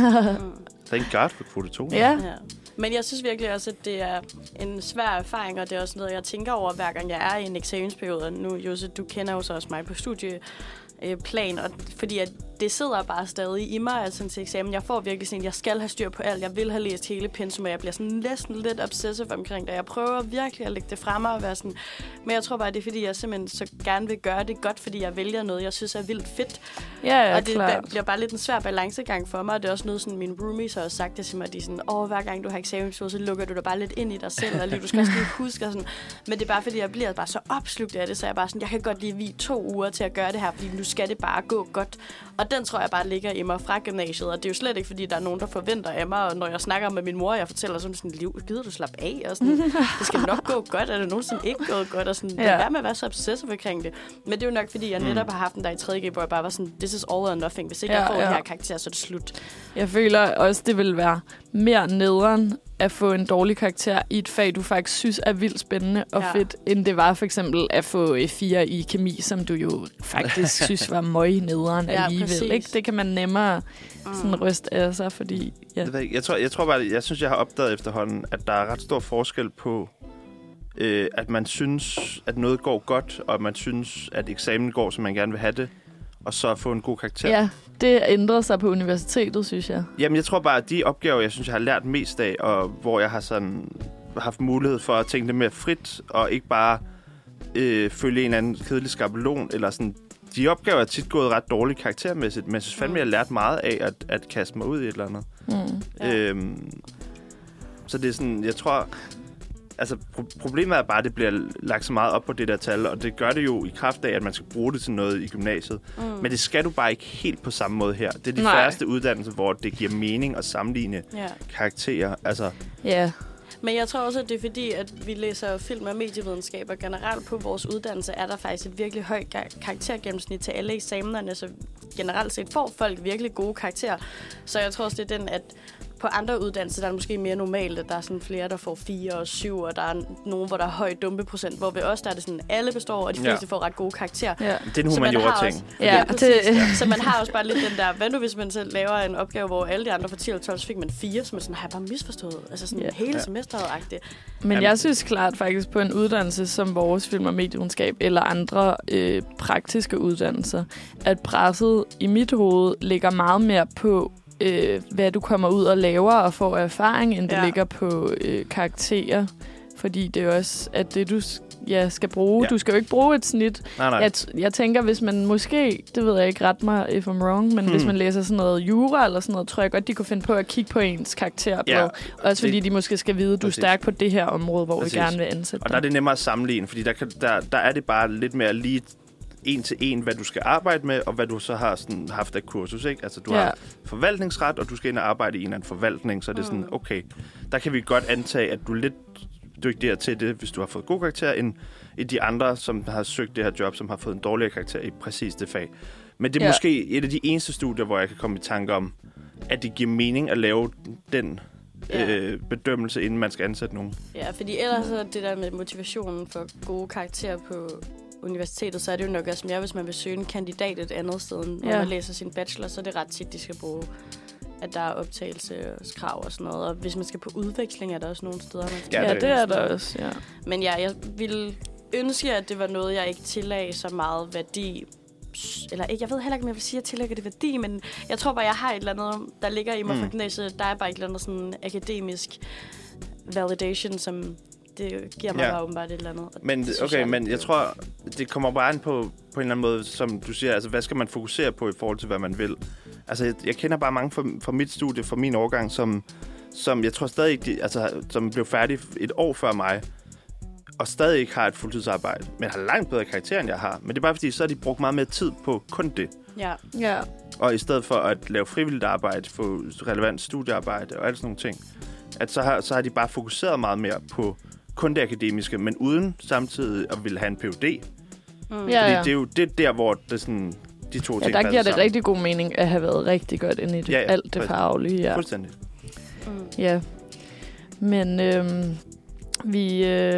Thank God for kvote to. Ja. ja. Men jeg synes virkelig også, at det er en svær erfaring, og det er også noget, jeg tænker over, hver gang jeg er i en eksamensperiode. Nu, Jose, du kender jo så også mig på studieplan, og fordi at det sidder bare stadig i mig, altså til eksamen. Jeg får virkelig sådan, jeg skal have styr på alt. Jeg vil have læst hele pensum, og jeg bliver sådan næsten lidt obsessive omkring det. Jeg prøver virkelig at lægge det frem og være sådan. Men jeg tror bare, det er fordi, jeg simpelthen så gerne vil gøre det godt, fordi jeg vælger noget, jeg synes er vildt fedt. Ja, ja, og det klart. bliver bare lidt en svær balancegang for mig. Og det er også noget, sådan mine roomies har også sagt det til mig. De er sådan, åh, hver gang du har eksamen, så lukker du dig bare lidt ind i dig selv, og lige, du skal også lige huske og sådan. Men det er bare fordi, jeg bliver bare så opslugt af det, så jeg bare sådan, jeg kan godt lige vie to uger til at gøre det her, fordi nu skal det bare gå godt. Og Og den tror jeg bare ligger i mig fra gymnasiet, og det er jo slet ikke, fordi der er nogen, der forventer af mig, og når jeg snakker med min mor, og jeg fortæller sådan, sådan liv, gider du slappe af, og sådan, det skal nok gå godt, er det nogensinde ikke gået godt, og sådan, ja. Vær med at være så obsessive omkring det. Men det er jo nok, fordi jeg netop har haft den der i tredje G, hvor jeg bare var sådan, this is all or nothing, hvis ikke ja, jeg får ja. den her karakter, så er det slut. Jeg føler også, det vil være mere nederen at få en dårlig karakter i et fag, du faktisk synes er vildt spændende og ja. fedt, end det var for eksempel at få fire i kemi, som du jo faktisk synes var møg nederen ja, alligevel. Ikke? Det kan man nemmere sådan mm. ryste af sig, fordi... Ja. Jeg, jeg, tror, jeg tror bare, jeg synes, jeg har opdaget efterhånden, at der er ret stor forskel på, øh, at man synes, at noget går godt, og at man synes, at eksamen går, som man gerne vil have det, og så få en god karakter. Ja, det ændrede sig på universitetet, synes jeg. Jamen, jeg tror bare, at de opgaver, jeg synes, jeg har lært mest af, og hvor jeg har sådan haft mulighed for at tænke lidt mere frit, og ikke bare øh, følge en eller anden kedelig skabelon, eller sådan. De opgaver er tit gået ret dårligt karaktermæssigt, men jeg synes fandme, jeg har lært meget af at, at kaste mig ud i et eller andet. Mm. Øhm, så det er sådan, jeg tror... Altså, pro- problemet er bare, at det bliver lagt så meget op på det der tal, og det gør det jo i kraft af, at man skal bruge det til noget i gymnasiet. Mm. Men det skal du bare ikke helt på samme måde her. Det er de Nej. færreste uddannelser, hvor det giver mening at sammenligne yeah. karakterer. Altså... Ja. Yeah. Men jeg tror også, at det er fordi, at vi læser film- og medievidenskab, og generelt på vores uddannelse er der faktisk et virkelig højt karaktergennemsnit til alle eksamenerne, så generelt set får folk virkelig gode karakterer. Så jeg tror også, det er den, at på andre uddannelser, der er det måske mere normalt, at der er sådan flere, der får fire og syv, og der er nogen, hvor der er høj dumpeprocent, hvor ved os, der er det sådan, alle består, og de fleste ja. får ret gode karakterer. Ja. Det er en humaniora-ting. Ja, ja, det, så man har også bare lidt den der, hvad nu hvis man selv laver en opgave, hvor alle de andre får ti eller tolv, så fik man fire, så man sådan, har jeg bare misforstået? Altså sådan ja. hele ja. semesteret-agtigt. Men jeg synes klart faktisk på en uddannelse som vores film- og medievidenskab, eller andre øh, praktiske uddannelser, at presset i mit hoved ligger meget mere på Øh, hvad du kommer ud og laver og får erfaring, end det ja. ligger på øh, karakterer. Fordi det er også, at det du ja, skal bruge. Ja. Du skal jo ikke bruge et snit. Nej, nej. Jeg, jeg tænker, hvis man måske, det ved jeg ikke, ret mig if I'm wrong, men hmm. hvis man læser sådan noget jura eller sådan noget, tror jeg godt, de kunne finde på at kigge på ens karakterblad. Ja, også fordi det, de måske skal vide, at du er stærk på det her område, hvor Præcis. vi gerne vil ansætte Og der er det nemmere at sammenligne, fordi der, kan, der, der er det bare lidt mere lige en til en, hvad du skal arbejde med, og hvad du så har sådan, haft af kursus, ikke? Altså, du ja. har forvaltningsret, og du skal ind og arbejde i en eller anden forvaltning, så er det mm. sådan, okay, der kan vi godt antage, at du er lidt dygtigere til det, hvis du har fået god karakter, end i de andre, som har søgt det her job, som har fået en dårligere karakter i præcis det fag. Men det er ja. måske et af de eneste studier, hvor jeg kan komme i tanke om, at det giver mening at lave den ja. øh, bedømmelse, inden man skal ansætte nogen. Ja, fordi ellers er det der med motivationen for gode karakterer på universitetet, så er det jo nok også mere, hvis man vil søge en kandidat et andet sted, når ja. man læser sin bachelor, så er det ret tit, de skal bruge, at der er optagelseskrav og sådan noget. Og hvis man skal på udveksling, er der også nogle steder, man skal. Ja, det, det er der også, ja. Men ja, jeg ville ønske, at det var noget, jeg ikke tillagde så meget værdi. Eller ikke, jeg ved heller ikke, om jeg vil sige, at jeg tillægger det værdi, men jeg tror bare, jeg har et eller andet, der ligger i mig mm. fra gymnasiet. Der er bare et eller andet sådan akademisk validation, som det giver mig ja. bare åbenbart et eller andet. Men, okay, jeg, men jeg tror, det kommer bare an på, på en eller anden måde, som du siger, altså hvad skal man fokusere på i forhold til, hvad man vil? Altså, jeg, jeg kender bare mange fra, fra mit studie, fra min årgang, som, som jeg tror stadig ikke, altså, som blev færdig et år før mig, og stadig ikke har et fuldtidsarbejde, men har langt bedre karakter, end jeg har. Men det er bare fordi, så har de brugt meget mere tid på kun det. Ja. ja. Og i stedet for at lave frivilligt arbejde, få relevant studiearbejde og alle sådan nogle ting, at så har, så har de bare fokuseret meget mere på kun det akademiske, men uden samtidig at ville have en P H D. Mm. Fordi ja, ja. det er jo det er der, hvor det sådan, de to ja, ting der giver det sammen. rigtig god mening at have været rigtig godt inde i det, ja, ja. alt det faglige. Ja. Fuldstændig. Mm. Ja. Men øhm, vi, øh,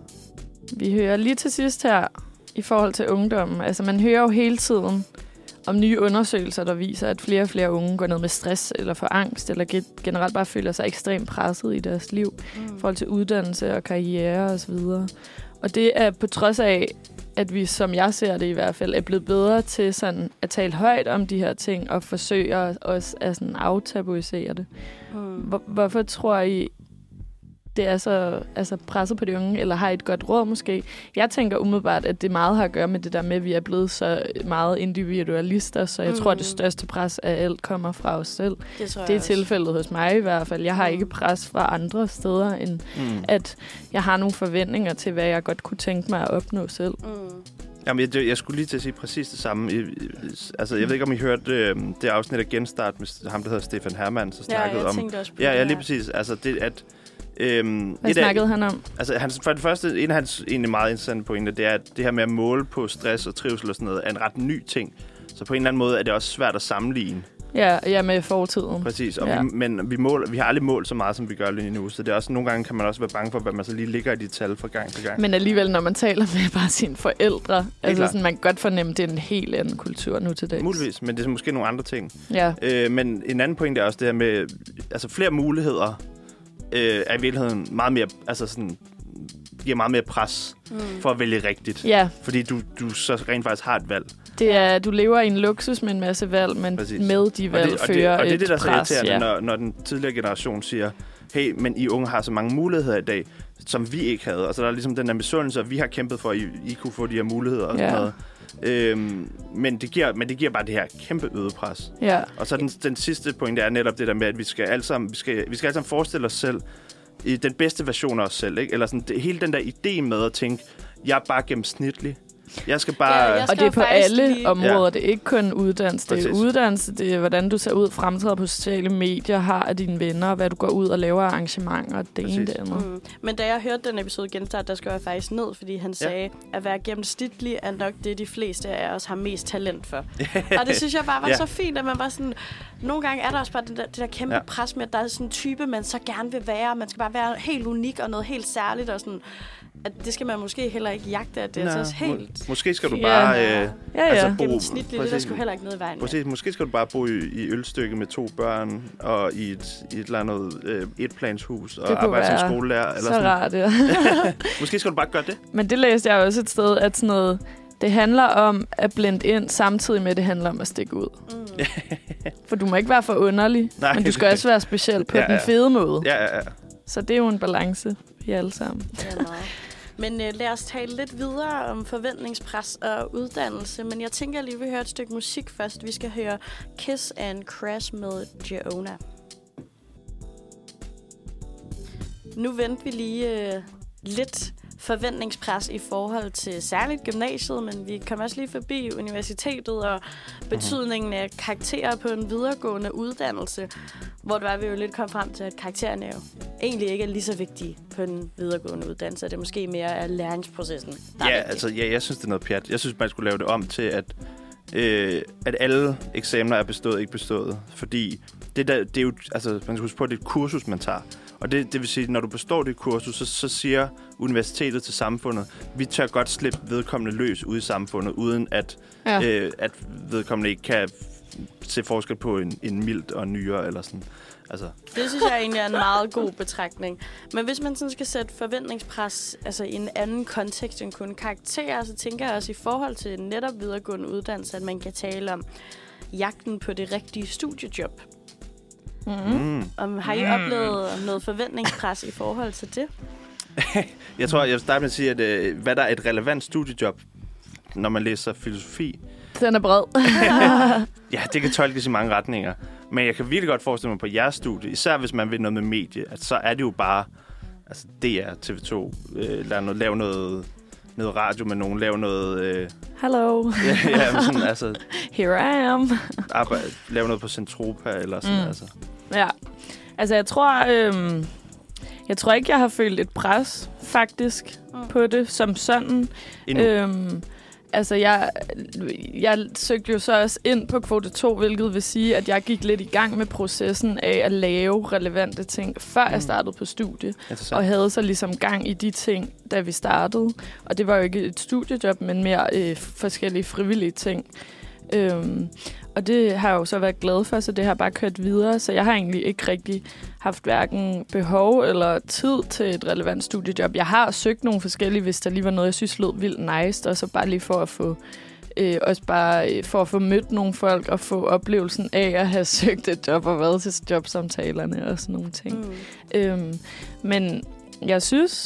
vi hører lige til sidst her, i forhold til ungdommen. Altså, man hører jo hele tiden om nye undersøgelser, der viser, at flere og flere unge går ned med stress eller får angst, eller generelt bare føler sig ekstremt presset i deres liv, mm. i forhold til uddannelse og karriere osv. Og, og det er på trods af, at vi, som jeg ser det i hvert fald, er blevet bedre til sådan at tale højt om de her ting, og forsøge også at sådan aftabuisere det. Mm. Hvor, hvorfor tror I, det er så altså presset på de unge, eller har et godt råd måske? Jeg tænker umiddelbart, at det meget har at gøre med det der med, at vi er blevet så meget individualister, så jeg mm. tror, at det største pres af alt kommer fra os selv. Det, det er tilfældet hos mig i hvert fald. Jeg har mm. ikke pres fra andre steder, end mm. at jeg har nogle forventninger til, hvad jeg godt kunne tænke mig at opnå selv. Mm. Jamen, jeg, jeg skulle lige til at sige præcis det samme. I, altså, jeg ved ikke, om I hørte øh, det afsnit af Genstart med ham, der hedder Stefan Hermann, så snakkede ja, jeg om... tænkte også på ja, det ja, lige her. præcis. Altså, det at... Øhm, Hvad snakkede af, han om? Altså, hans, for det første, en af hans egentlig meget interessante pointer, det er, at det her med at måle på stress og trivsel og sådan noget, er en ret ny ting. Så på en eller anden måde er det også svært at sammenligne. Ja, ja med fortiden. Præcis, og ja. vi, men vi, måler, vi har aldrig målt så meget, som vi gør lige nu. Så det er også, nogle gange kan man også være bange for, hvad man så lige ligger i de tal fra gang til gang. Men alligevel, når man taler med bare sine forældre, altså klart. sådan, man kan godt fornemme, det er en helt anden kultur nu til dags. Muligvis, men det er måske nogle andre ting. Ja. Øh, men en anden point er også det her med, altså flere muligheder øh, er i virkeligheden meget mere, altså sådan, giver meget mere pres mm. for at vælge rigtigt. Ja. Fordi du, du så rent faktisk har et valg. Det er, du lever i en luksus med en masse valg, men Præcis. med de valg og det, og fører det, og det er det, der er et så pres. irriterende, Ja. når, når den tidligere generation siger, hey, men I unge har så mange muligheder i dag, som vi ikke havde. Og så der er ligesom den der misundelse, at vi har kæmpet for, at I, I kunne få de her muligheder og sådan Ja. noget. Øhm, men, det giver, men det giver bare det her kæmpe øget pres. Ja. Og så den, den sidste point, det er netop det der med, at vi skal alle sammen, vi skal, vi skal alle sammen forestille os selv i den bedste version af os selv. Ikke? Eller sådan, det, hele den der idé med at tænke, jeg er bare gennemsnitlig. Jeg skal bare... Ja, jeg Og det er på alle lige... områder. Ja. Det er ikke kun uddannelse. Det er Præcis. uddannelse, det er hvordan du ser ud, fremtræder på sociale medier, har af dine venner, hvad du går ud og laver af arrangementer, det ene det andet. Mm. Men da jeg hørte den episode Genstart, der skrev jeg faktisk ned, fordi han Ja. sagde, at være gennemsnitlig er nok det, de fleste af os har mest talent for. Og det synes jeg bare var Ja. så fint, at man bare sådan... Nogle gange er der også bare det der, det der kæmpe Ja. pres med, at der er sådan en type, man så gerne vil være. Man skal bare være helt unik og noget helt særligt, og sådan... At det skal man måske heller ikke jagte, at det er Nej, altså helt... må, måske skal du Ja. bare... Øh, Ja, ja. altså, bo, Gennemsnitligt, det der skulle heller ikke noget i vejen med. Præcis, måske skal du bare bo i, i Ølstykke med to børn, og i et, i et eller andet øh, etplanshus, og Det kunne arbejde som være skolelærer. Eller Så sådan. rart, ja. Måske skal du bare gøre det. Men det læste jeg også et sted, at sådan noget, det handler om at blende ind, samtidig med, at det handler om at stikke ud. Mm. For du må ikke være for underlig, Nej. men du skal også være speciel på Ja, den ja. fede måde. Ja, ja, ja. Så det er jo en balance, vi alle sammen. Det er meget. Men øh, lad os tale lidt videre om forventningspres og uddannelse. Men jeg tænker lige, at vi hører et stykke musik først. Vi skal høre Kiss and Crash med Joanna. Nu venter vi lige øh, lidt forventningspres i forhold til særligt gymnasiet, men vi kommer også lige forbi universitetet og betydningen af karakterer på en videregående uddannelse, hvor det var, vi jo lidt kom frem til, at karaktererne jo egentlig ikke er lige så vigtige på den videregående uddannelse. Det er måske mere er læringsprocessen, der Ja, er vigtig. altså, ja, jeg synes, det er noget pjat. Jeg synes, man skulle lave det om til, at, øh, at alle eksamener er bestået, ikke bestået. Fordi det, der, det er jo, altså, man skal huske på, at det er et kursus, man tager. Og det, det vil sige, at når du består det kursus, så, så siger universitetet til samfundet, vi tør godt slippe vedkommende løs ude i samfundet, uden at, Ja. øh, at vedkommende ikke kan se forskel på en, en mild og en nyere eller sådan. Altså. Det synes jeg egentlig er en meget god betragtning. Men hvis man sådan skal sætte forventningspres altså i en anden kontekst end kun karakterer, så tænker jeg også i forhold til netop videregående uddannelse, at man kan tale om jagten på det rigtige studiejob. Mm-hmm. Mm. Om, har I oplevet noget forventningspres i forhold til det? Jeg tror, jeg vil starte med at sige, at øh, hvad der er et relevant studiejob, når man læser filosofi. Den er bred. Ja, det kan tolkes i mange retninger. Men jeg kan virkelig godt forestille mig på jeres studie, især hvis man vil noget med medie, at så er det jo bare altså D R, T V to, øh, lave, noget, lave noget, noget radio med nogen, lave noget... Øh, Hello. ja, ja, sådan, altså, Here I am. arbejde, lave noget på Centropa eller sådan, Mm. altså. Ja. Altså, jeg tror... Øhm, jeg tror ikke, jeg har følt et pres, faktisk, Mm. på det, som sådan. Endnu. Øhm, altså, jeg, jeg søgte jo så også ind på kvote to, hvilket vil sige, at jeg gik lidt i gang med processen af at lave relevante ting, før mm. jeg startede på studie. Interessant. Og havde så ligesom gang i de ting, da vi startede. Og det var jo ikke et studiejob, men mere øh, forskellige frivillige ting. Øhm, og det har jeg jo så været glad for, så det har bare kørt videre. Så jeg har egentlig ikke rigtig haft hverken behov eller tid til et relevant studiejob. Jeg har søgt nogle forskellige, hvis der lige var noget, jeg synes lød vildt nice. Og så bare lige for at få... Øh, også bare øh, for at få mødt nogle folk og få oplevelsen af at have søgt et job og været til jobsamtalerne og sådan nogle ting. Mm. Øhm, men jeg synes,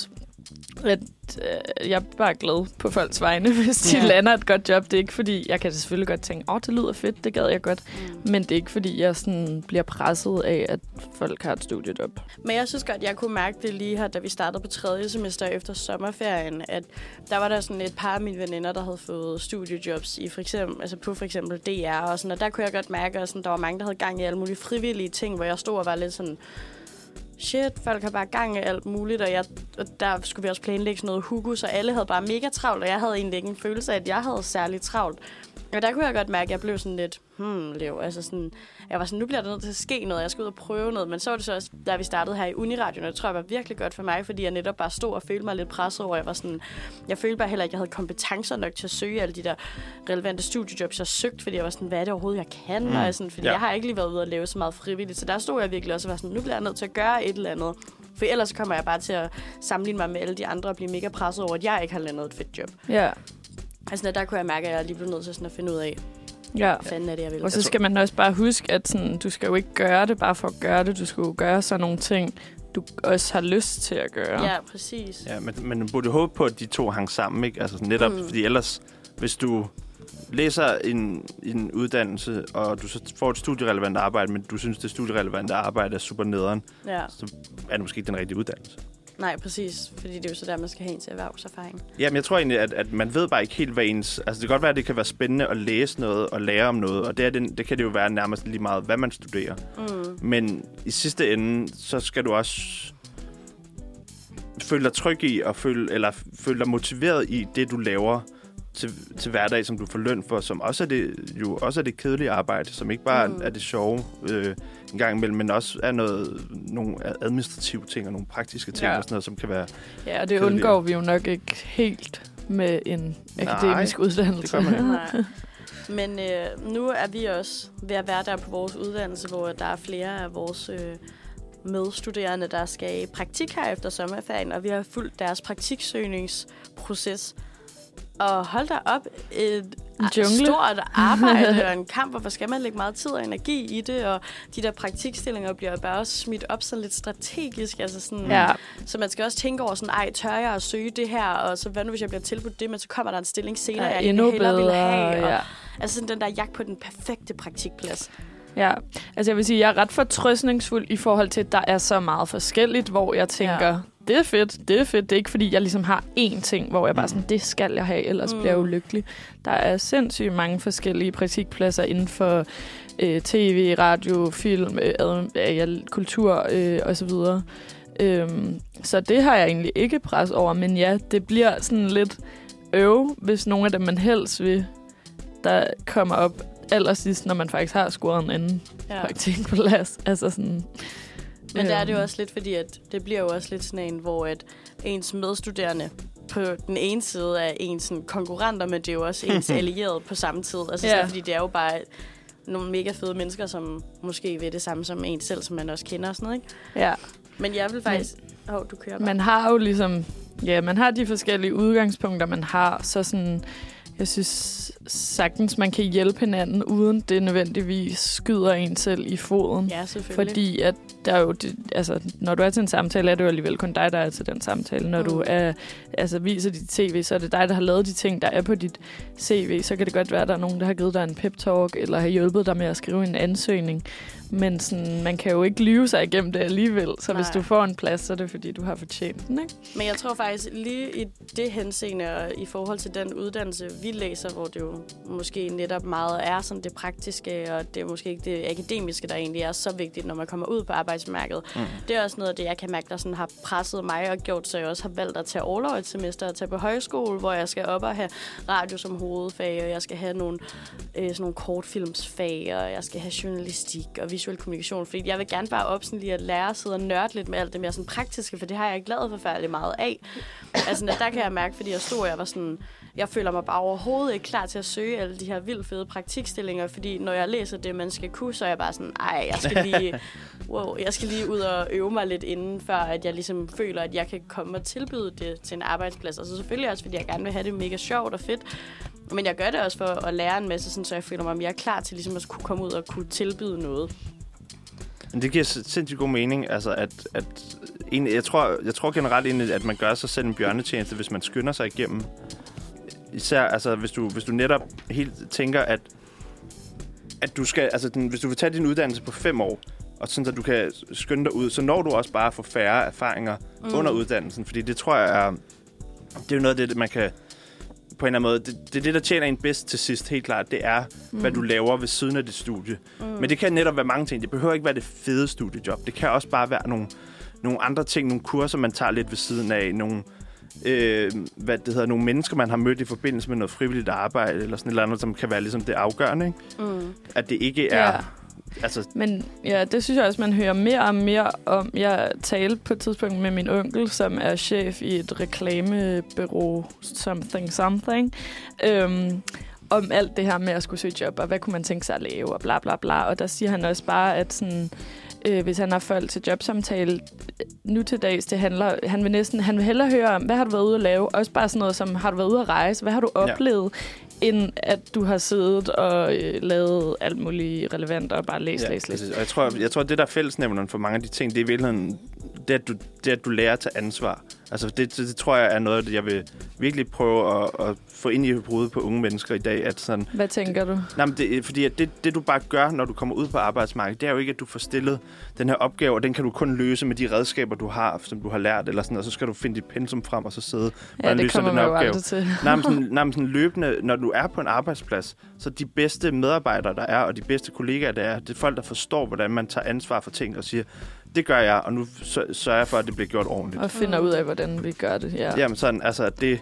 at øh, jeg er bare glad på folks vegne, hvis de Ja. lander et godt job. Det er ikke fordi, jeg kan selvfølgelig godt tænke, åh, oh, det lyder fedt, det gad jeg godt. Mm. Men det er ikke fordi, jeg sådan bliver presset af, at folk har et studiejob. Men jeg synes godt, jeg kunne mærke det lige her, da vi startede på tredje semester efter sommerferien, at der var der sådan et par af mine veninder, der havde fået studiejobs i for eksempel, altså på for eksempel D R og sådan, og der kunne jeg godt mærke, at sådan, der var mange, der havde gang i alle mulige frivillige ting, hvor jeg stod og var lidt sådan, shit, folk har bare gang i alt muligt, og, jeg, og der skulle vi også planlægge sådan noget Hugo, så alle havde bare mega travlt, og jeg havde egentlig ikke en følelse af, at jeg havde særligt travlt. Og der kunne jeg godt mærke, at jeg blev sådan lidt, hmm, Lev, altså sådan, jeg var sådan, nu bliver der nødt til at ske noget, jeg skal ud og prøve noget, men så var det så også, da vi startede her i Uniradioen, og det tror jeg var virkelig godt for mig, fordi jeg netop bare stod og følte mig lidt presset over, jeg var sådan, jeg følte bare heller ikke, at jeg havde kompetencer nok til at søge alle de der relevante studiejobs, jeg søgte, fordi jeg var sådan, hvad er det overhovedet, jeg kan, mm. og sådan, fordi ja. jeg har ikke lige været ude og lave så meget frivilligt, så der stod jeg virkelig også og var sådan, nu bliver jeg nødt til at gøre et eller andet, for ellers kommer jeg bare til at sammenligne mig med alle de andre og blive mega presset over, at jeg ikke har landet et fedt job. Ja. Altså, der kunne jeg mærke, at jeg lige blev nødt til sådan at finde ud af, Ja. hvad fanden er det, jeg vil. Og så skal man også bare huske, at sådan, du skal jo ikke gøre det bare for at gøre det. Du skal jo gøre sådan nogle ting, du også har lyst til at gøre. Ja, præcis. Ja, men, men man burde håbe på, at de to hang sammen, ikke? Altså netop, mm. fordi ellers, hvis du læser en, en uddannelse, og du så får et studierelevant arbejde, men du synes, det studierelevante arbejde er super nederen, Ja. så er det måske ikke den rigtige uddannelse. Nej, præcis. Fordi det er jo så der, man skal have en til erhvervserfaring. Jamen, jeg tror egentlig, at, at man ved bare ikke helt, hvad ens... Altså, det kan godt være, at det kan være spændende at læse noget og lære om noget, og det, er det, det kan det jo være nærmest lige meget, hvad man studerer. Mm. Men i sidste ende, så skal du også føle dig tryg i, og føle, eller føle dig motiveret i det, du laver til, til hverdag, som du får løn for, som også er det, jo også er det kedelige arbejde, som ikke bare mm. er det sjove øh, en gang imellem, men også er noget, nogle administrative ting og nogle praktiske ting, Ja. og sådan noget, som kan være Ja, og det kedelige. undgår vi jo nok ikke helt med en akademisk Nej, uddannelse. det gør man ikke. Nej. Men øh, nu er vi også ved at være der på vores uddannelse, hvor der er flere af vores øh, medstuderende, der skal i praktik her efter sommerferien, og vi har fulgt deres praktiksøgningsproces. Og hold da op, et jungle. stort arbejde og en kamp, og hvor skal man lægge meget tid og energi i det, og de der praktikstillinger bliver bare også smidt op sådan lidt strategisk, altså sådan, Ja. så man skal også tænke over sådan, ej, tør jeg at søge det her, og så hvad nu, hvis jeg bliver tilbudt det, men så kommer der en stilling senere, Ja, jeg endnu hellere ville have, bedre, og, ja. altså sådan den der jagt på den perfekte praktikplads. Ja, altså jeg vil sige, jeg er ret fortrøstningsfuld i forhold til, at der er så meget forskelligt, hvor jeg tænker, ja. det er fedt, det er fedt. Det er ikke, fordi jeg ligesom har én ting, hvor jeg bare sådan, det skal jeg have, ellers mm. bliver jeg ulykkelig. Der er sindssygt mange forskellige praktikpladser inden for øh, tv, radio, film, øh, ad, ja, kultur øh, osv. Øhm, så det har jeg egentlig ikke pres over, men ja, det bliver sådan lidt øv, hvis nogle af dem, man helst vil, der kommer op allersidst, når man faktisk har scoret en anden ja. praktikplads. Altså sådan, men der er det jo øhm. også lidt, fordi at det bliver jo også lidt sådan en, hvor at ens medstuderende på den ene side er ens sådan, konkurrenter, men det er jo også ens allierede på samme tid. Altså, Ja. sådan, fordi det er jo bare nogle mega fede mennesker, som måske vil det samme som en selv, som man også kender og sådan noget, ikke? Ja. Men jeg vil faktisk... Åh, oh, du kører bare. Man har jo ligesom... Ja, man har de forskellige udgangspunkter, man har. Så sådan... Jeg synes sagtens, man kan hjælpe hinanden, uden det nødvendigvis skyder en selv i foden. Ja, selvfølgelig. Fordi at der er jo... Det, altså, når du er til en samtale, er det jo alligevel kun dig, der er til den samtale. Når mm. du er, altså, viser dit C V, så er det dig, der har lavet de ting, der er på dit C V. Så kan det godt være, at der er nogen, der har givet dig en pep-talk, eller har hjulpet dig med at skrive en ansøgning. Men sådan, man kan jo ikke lyve sig igennem det alligevel. Så Nej. hvis du får en plads, så er det fordi, du har fortjent den, ikke? Men jeg tror faktisk lige i det henseende, og i forhold til den uddannelse, vi læser, hvor det jo måske netop meget er sådan det praktiske, og det er måske ikke det akademiske, der egentlig er så vigtigt, når man kommer ud på arbejdsmarkedet. Mm. Det er også noget af det, jeg kan mærke, der sådan har presset mig og gjort, så jeg også har valgt at tage overlov et semester og tage på højskole, hvor jeg skal op og have radio som hovedfag, og jeg skal have nogle, øh, sådan nogle kortfilmsfag, og jeg skal have journalistik og visuel kommunikation, fordi jeg vil gerne bare op sådan lige at lære at sidde og nørde lidt med alt det mere sådan praktiske, for det har jeg ikke lavet forfærdeligt meget af. Altså, der kan jeg mærke, fordi jeg stod, og jeg var sådan, jeg føler mig bare overhovedet ikke klar til at søge alle de her vildt fede praktikstillinger, fordi når jeg læser det, man skal kunne, så er jeg bare sådan, ej, jeg skal lige, wow, jeg skal lige ud og øve mig lidt inden, før at jeg ligesom føler, at jeg kan komme og tilbyde det til en arbejdsplads. Og så selvfølgelig også, fordi jeg gerne vil have det mega sjovt og fedt, men jeg gør det også for at lære en masse, sådan, så jeg føler mig mere klar til ligesom at kunne komme ud og kunne tilbyde noget. Men det giver sindssygt god mening, altså at, at en, jeg, tror, jeg tror generelt egentlig, at man gør sig selv en bjørnetjeneste, hvis man skynder sig igennem. Især altså, hvis du, hvis du netop helt tænker, at, at du skal, altså, den, hvis du vil tage din uddannelse på fem år, og sådan, at du kan skynde dig ud, så når du også bare får færre erfaringer mm. under uddannelsen. Fordi det tror jeg er, det er jo noget af det, man kan på en eller anden måde, det, det er det, der tjener en bedst til sidst, helt klart. Det er, mm. hvad du laver ved siden af dit studie. Mm. Men det kan netop være mange ting. Det behøver ikke være det fede studiejob. Det kan også bare være nogle, nogle andre ting, nogle kurser, man tager lidt ved siden af, nogle, øh, hvad det hedder, nogle mennesker, man har mødt i forbindelse med noget frivilligt arbejde, eller sådan et eller andet, som kan være ligesom det afgørende, ikke? Mm. At det ikke er... Ja. Altså... Men ja, det synes jeg også, man hører mere og mere om. Jeg talte på et tidspunkt med min onkel, som er chef i et reklamebureau, something, something, øhm, om alt det her med at skulle søge job, og hvad kunne man tænke sig at lave, og bla bla bla. Og der siger han også bare, at sådan, øh, hvis han har folk til jobsamtale, nu til dags, det handler, han vil næsten, han vil hellere høre om, hvad har du været ude at lave? Også bare sådan noget som, har du været ude at rejse? Hvad har du oplevet? Ja. End at du har siddet og øh, lavet alt muligt relevant og bare læst, ja, læst, læst. Og jeg tror, jeg tror, det der er fællesnævneren for mange af de ting, det er i virkeligheden, det at du, det at du lærer at tage ansvar. Altså det, det, det tror jeg er noget, jeg vil virkelig prøve at, at få ind i hovedet på unge mennesker i dag. At sådan, hvad tænker du? Nej, men det, fordi at det, det, du bare gør, når du kommer ud på arbejdsmarkedet, det er jo ikke, at du får stillet den her opgave, og den kan du kun løse med de redskaber, du har, som du har lært, eller sådan, og så skal du finde dit pensum frem, og så sidde ja, og løse den her opgave. Til. Nej, men sådan, nej, men sådan løbende, når du er på en arbejdsplads, så de bedste medarbejdere, der er, og de bedste kollegaer, der er, det er folk, der forstår, hvordan man tager ansvar for ting, og siger, det gør jeg, og nu sørger jeg for, at det bliver gjort ordentligt. Og finder ud af, hvordan vi gør det, ja. Jamen sådan, altså, det,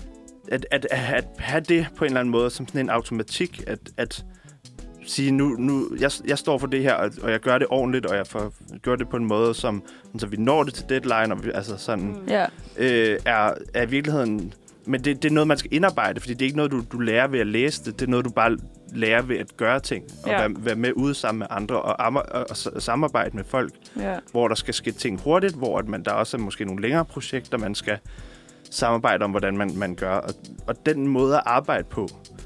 at, at, at, at have det på en eller anden måde, som sådan en automatik, at, at sige, nu, nu jeg, jeg står for det her, og, og jeg gør det ordentligt, og jeg får gjort det på en måde, som, så vi når det til deadline, og vi, altså sådan, mm. øh, er, er i virkeligheden, men det, det er noget, man skal indarbejde, fordi det er ikke noget, du, du lærer ved at læse det, det er noget, du bare lære ved at gøre ting, og ja. være, være med ude sammen med andre, og, og, og, og samarbejde med folk, ja. hvor der skal ske ting hurtigt, hvor at man, der også er måske nogle længere projekter, man skal samarbejde om, hvordan man, man gør. Og, og den måde at arbejde på,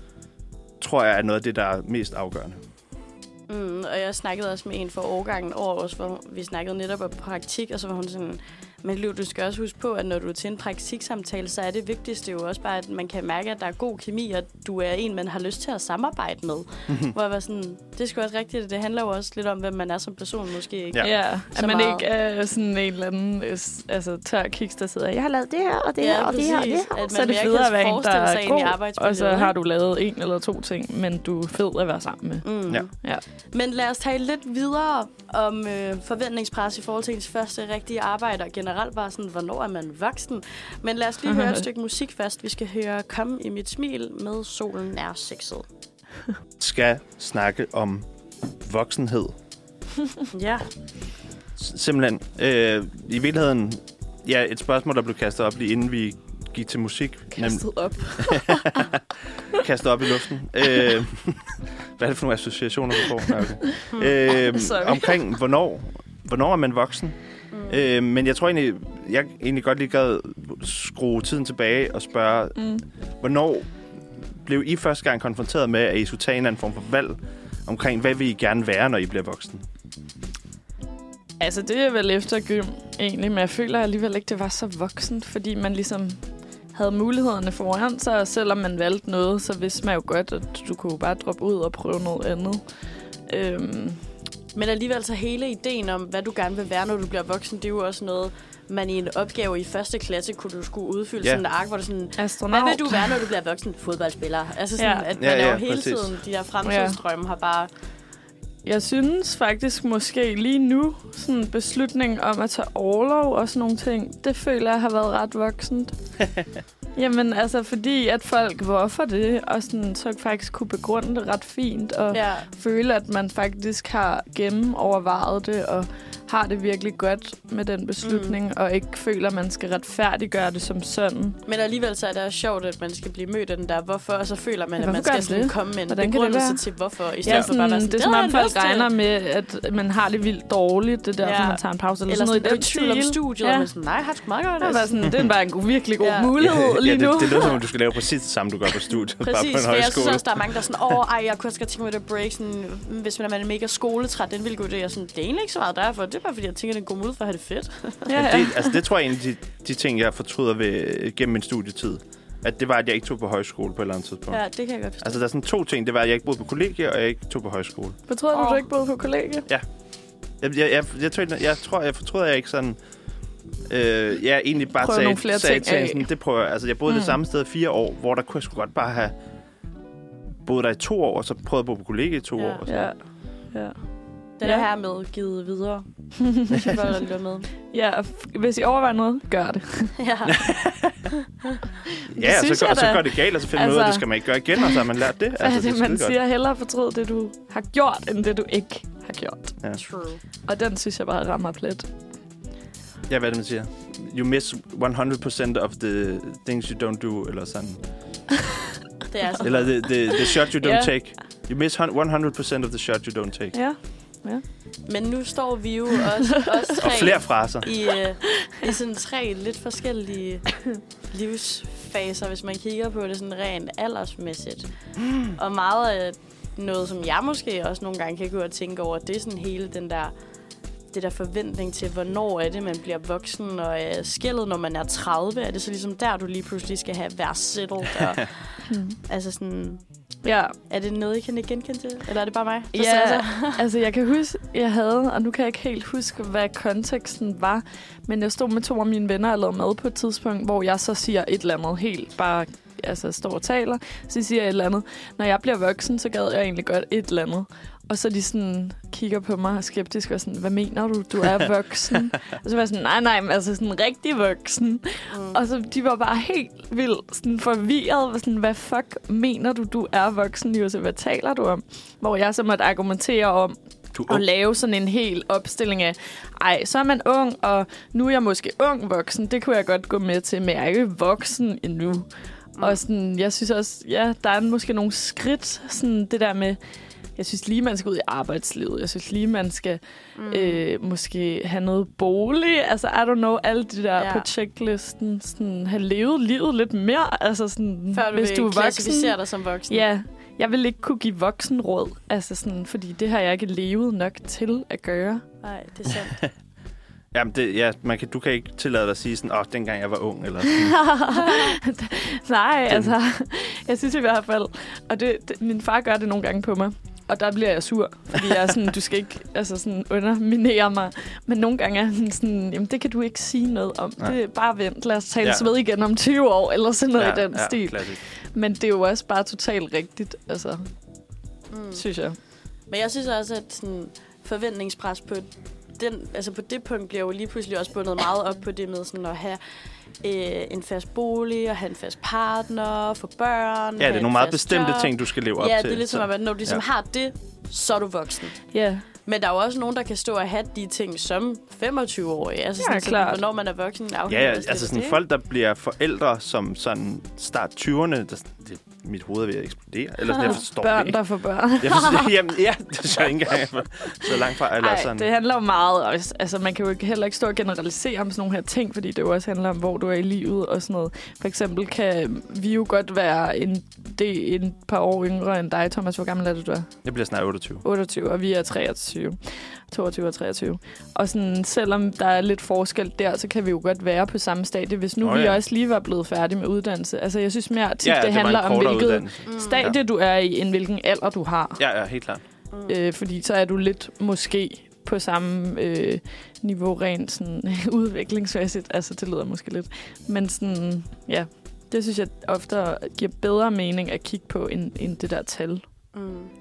tror jeg er noget af det, der er mest afgørende. Mm, og jeg snakkede også med en for årgangen over os, hvor vi snakkede netop om praktik, og så var hun sådan, men Liv, du skal også huske på, at når du er til en praktiksamtale, så er det vigtigste jo også bare, at man kan mærke, at der er god kemi, og du er en, man har lyst til at samarbejde med. Mm-hmm. Hvor jeg var sådan, det er sgu også rigtigt, det handler jo også lidt om, hvem man er som person, måske ikke. Ja, ja at man meget. Ikke er sådan en eller anden altså, tør kiks, der sidder, jeg har lavet det her, og det ja, her, og præcis. det her, og det her. At så er det federe at være en, der er god, og så har du lavet en eller to ting, men du er fed at være sammen med. Mm. Ja. Ja. Men lad os tale lidt videre om øh, forventningspres i forhold til ens første rigtige arbejde, og generelt bare sådan, hvornår er man voksen. Men lad os lige høre et stykke musik først. Vi skal høre Kom i mit smil med Solen er sexet. Skal snakke om voksenhed. Ja. Simpelthen. Øh, I virkeligheden, ja, et spørgsmål, der blev kastet op lige inden vi gik til musik. Kastet op. Kastet op i luften. Øh, hvad er det for nogle associationer, du får? Okay. Øh, omkring, hvornår, hvornår er man voksen? Mm. Øh, men jeg tror egentlig, jeg egentlig godt lige gad skrue tiden tilbage og spørge, mm. hvornår blev I første gang konfronteret med, at I skulle tage en anden form for valg omkring, hvad vil I gerne være, når I bliver voksen? Altså, det er vel efter gym, egentlig, men jeg føler alligevel ikke, det var så voksent, fordi man ligesom havde mulighederne foran sig, og selvom man valgte noget, så vidste man jo godt, at du kunne bare droppe ud og prøve noget andet. Øhm. Men alligevel så hele ideen om, hvad du gerne vil være, når du bliver voksen, det er jo også noget, man i en opgave i første klasse kunne du skulle udfylde yeah. sådan en ark, hvor du sådan, astronaut. Hvad vil du være, når du bliver voksen? Fodboldspiller. Altså sådan, ja. at man ja, ja, er jo hele præcis. tiden, de der fremtidsdrømme ja. har bare... Jeg synes faktisk måske lige nu, sådan beslutningen om at tage orlov og sådan nogle ting, det føler jeg har været ret voksent. Jamen altså, fordi at folk, hvorfor det, og sådan, så faktisk kunne begrunde det ret fint, og ja. føle, at man faktisk har gennemovervejet det, og har det virkelig godt med den beslutning, mm. og ikke føler, at man skal retfærdiggøre det som sådan. Men alligevel så er det også sjovt, at man skal blive mødt af den der hvorfor, og så føler man, ja, at man skal sådan komme med en Hvordan begrundelse til hvorfor, i stedet ja, for bare at være sådan, det er som om folk regner med, at man har det vildt dårligt, det er derfor, ja. man tager en pause. Eller, eller sådan noget i den stil. Eller studiet, ja. og sådan, nej, har du meget godt. Det er, sådan, det er bare en god, virkelig god ja. mulighed ja, ja, lige nu. Det, det lyder som om, du skal lave præcis det samme, du gør på studiet. Præcis, bare på en for højskole. jeg synes også, der er mange, der er sådan, åh, ej, jeg kunne også godt tænke mig det break, sådan, hvis man er mega skoletræt, den vil gå det. Jeg sådan, det er egentlig ikke så meget derfor. Det er bare, fordi jeg tænker, det er en god mulighed for at have det fedt. ja, ja. Det, altså, det tror jeg er en af de, de ting, jeg fortryder ved, gennem min studietid. At det var, at jeg ikke tog på højskole på et eller andet tidspunkt. Ja, det kan jeg godt forstå. Altså, der er sådan to ting. Det var, at jeg ikke boede på kollegie, og jeg ikke tog på højskole. Fortryder du, oh. du ikke boede på kollegie? Ja. Jeg, jeg, jeg, jeg, jeg, jeg tror, jeg fortryder, at jeg ikke sådan... Øh, jeg egentlig bare prøver sagde, sagde til sådan, det prøver jeg. Altså, jeg boede mm. det samme sted i fire år, hvor der kunne jeg sgu godt bare have boet der i to år, og så prøvede jeg at bo på kollegie i to ja. år. Og så. Ja, ja. Den er ja. her med givet videre. Hvis jeg bare lytter med. Ja, hvis I overvejer noget, gør det. ja, ja og så, gør, og så gør det galt, og så finder man altså, ud af, det skal man ikke gøre igen, og så har man lært det. Altså, det, det man siger, godt. Hellere fortryd det, du har gjort, end det, du ikke har gjort. Ja. True. Og den synes jeg bare rammer plet. Ja, hvad er det, man siger? You miss one hundred percent of the things you don't do, eller sådan. det er altså. Eller the, the, the shot you don't yeah. take. You miss one hundred percent of the shot you don't take. Ja. Ja. Men nu står vi jo også, også tre og flere fraser. I, uh, i sådan tre lidt forskellige livsfaser, hvis man kigger på det sådan rent aldersmæssigt. Mm. Og meget af noget, som jeg måske også nogle gange kan gå og tænke over, det er sådan hele den der, det der forventning til, hvornår er det, man bliver voksen, og uh, skældet, når man er tredive, er det så ligesom der, du lige pludselig skal have været settled, og mm. altså sådan... Ja. Er det noget, I kan ikke genkende til? Eller er det bare mig? Ja, altså jeg kan huske, jeg havde, og nu kan jeg ikke helt huske, hvad konteksten var, men jeg stod med to af mine venner og lavede mad på et tidspunkt, hvor jeg så siger et eller andet helt bare, altså står og taler, så siger jeg et eller andet. Når jeg bliver voksen, så gad jeg egentlig godt et eller andet. Og så de sådan kigger på mig skeptisk og sådan, hvad mener du? Du er voksen. Og så var jeg sådan, nej, nej, men altså sådan rigtig voksen. Mm. Og så de var bare helt vildt sådan forvirret. Sådan, hvad fuck mener du, du er voksen, Jose? Hvad taler du om? Hvor jeg så måtte argumentere om at lave sådan en hel opstilling af, ej, så er man ung, og nu er jeg måske ung voksen. Det kunne jeg godt gå med til, men jeg er ikke voksen endnu. Mm. Og sådan, jeg synes også, ja, der er måske nogle skridt, sådan det der med, jeg synes lige, man skal ud i arbejdslivet. Jeg synes lige, man skal mm. øh, måske have noget bolig. Altså, I don't know, alle de der ja. på checklisten. Sådan, have levet livet lidt mere. Altså, sådan, før du hvis vil du er klassificere dig som voksen. Ja, jeg vil ikke kunne give voksenråd. Altså, sådan, fordi det har jeg ikke levet nok til at gøre. Nej, det er sandt. Jamen, det, ja, man kan, du kan ikke tillade dig at sige sådan, åh, oh, dengang jeg var ung, eller sådan. Nej, Den. altså, jeg synes i hvert fald, og det, det, min far gør det nogle gange på mig, og der bliver jeg sur, fordi jeg er sådan, du skal ikke altså sådan underminere mig. Men nogle gange er han sådan, jamen det kan du ikke sige noget om. Nej. Det er bare vent, lad os tale ja. ved igen om tyve år, eller sådan noget ja, i den ja, stil. Klassisk. Men det er jo også bare totalt rigtigt, altså, mm. synes jeg. Men jeg synes også, at sådan, forventningspres på den, altså på det punkt bliver jo lige pludselig også bundet meget op på det med sådan at have øh, en fast bolig, og have en fast partner, få børn. Ja, det er nogle meget bestemte job. ting, du skal leve op ja, til. Ja, det er lidt som, at når du ligesom ja. har det, så er du voksen. Ja. Men der er jo også nogen, der kan stå og have de ting som femogtyve-årige. Altså ja, sådan, sådan, hvornår man er voksen. Ja, ja altså sådan det, folk, der bliver forældre som sådan start tyverne, der, det, mit hoved er ved at eksplodere. Eller sådan, jeg forstår børn, det ikke. der får børn. Jeg forstår, jamen, ja, det er så ikke engang så langt fra. Eller Ej, sådan. det handler jo meget. Altså, man kan jo heller ikke stå og generalisere om sådan nogle her ting, fordi det jo også handler om, hvor du er i livet og sådan noget. For eksempel kan vi jo godt være en, det, en par år yngre end dig, Thomas. Hvor gammel er du, du er? Jeg bliver snart otteogtyve. otteogtyve, og vi er treogtyve. toogtyve og treogtyve. Og sådan, selvom der er lidt forskel der, så kan vi jo godt være på samme stadie, hvis nu oh, ja. vi også lige var blevet færdige med uddannelse. Altså, jeg synes mere tit, ja, det, det handler om, hvilket mm. stadie du er i, end hvilken alder du har. Ja, ja, helt klart. Mm. Øh, fordi så er du lidt måske på samme øh, niveau rent sådan, udviklingsmæssigt. Altså, det lyder måske lidt. Men sådan, ja, det synes jeg ofte giver bedre mening at kigge på, end, end det der tal. Mm.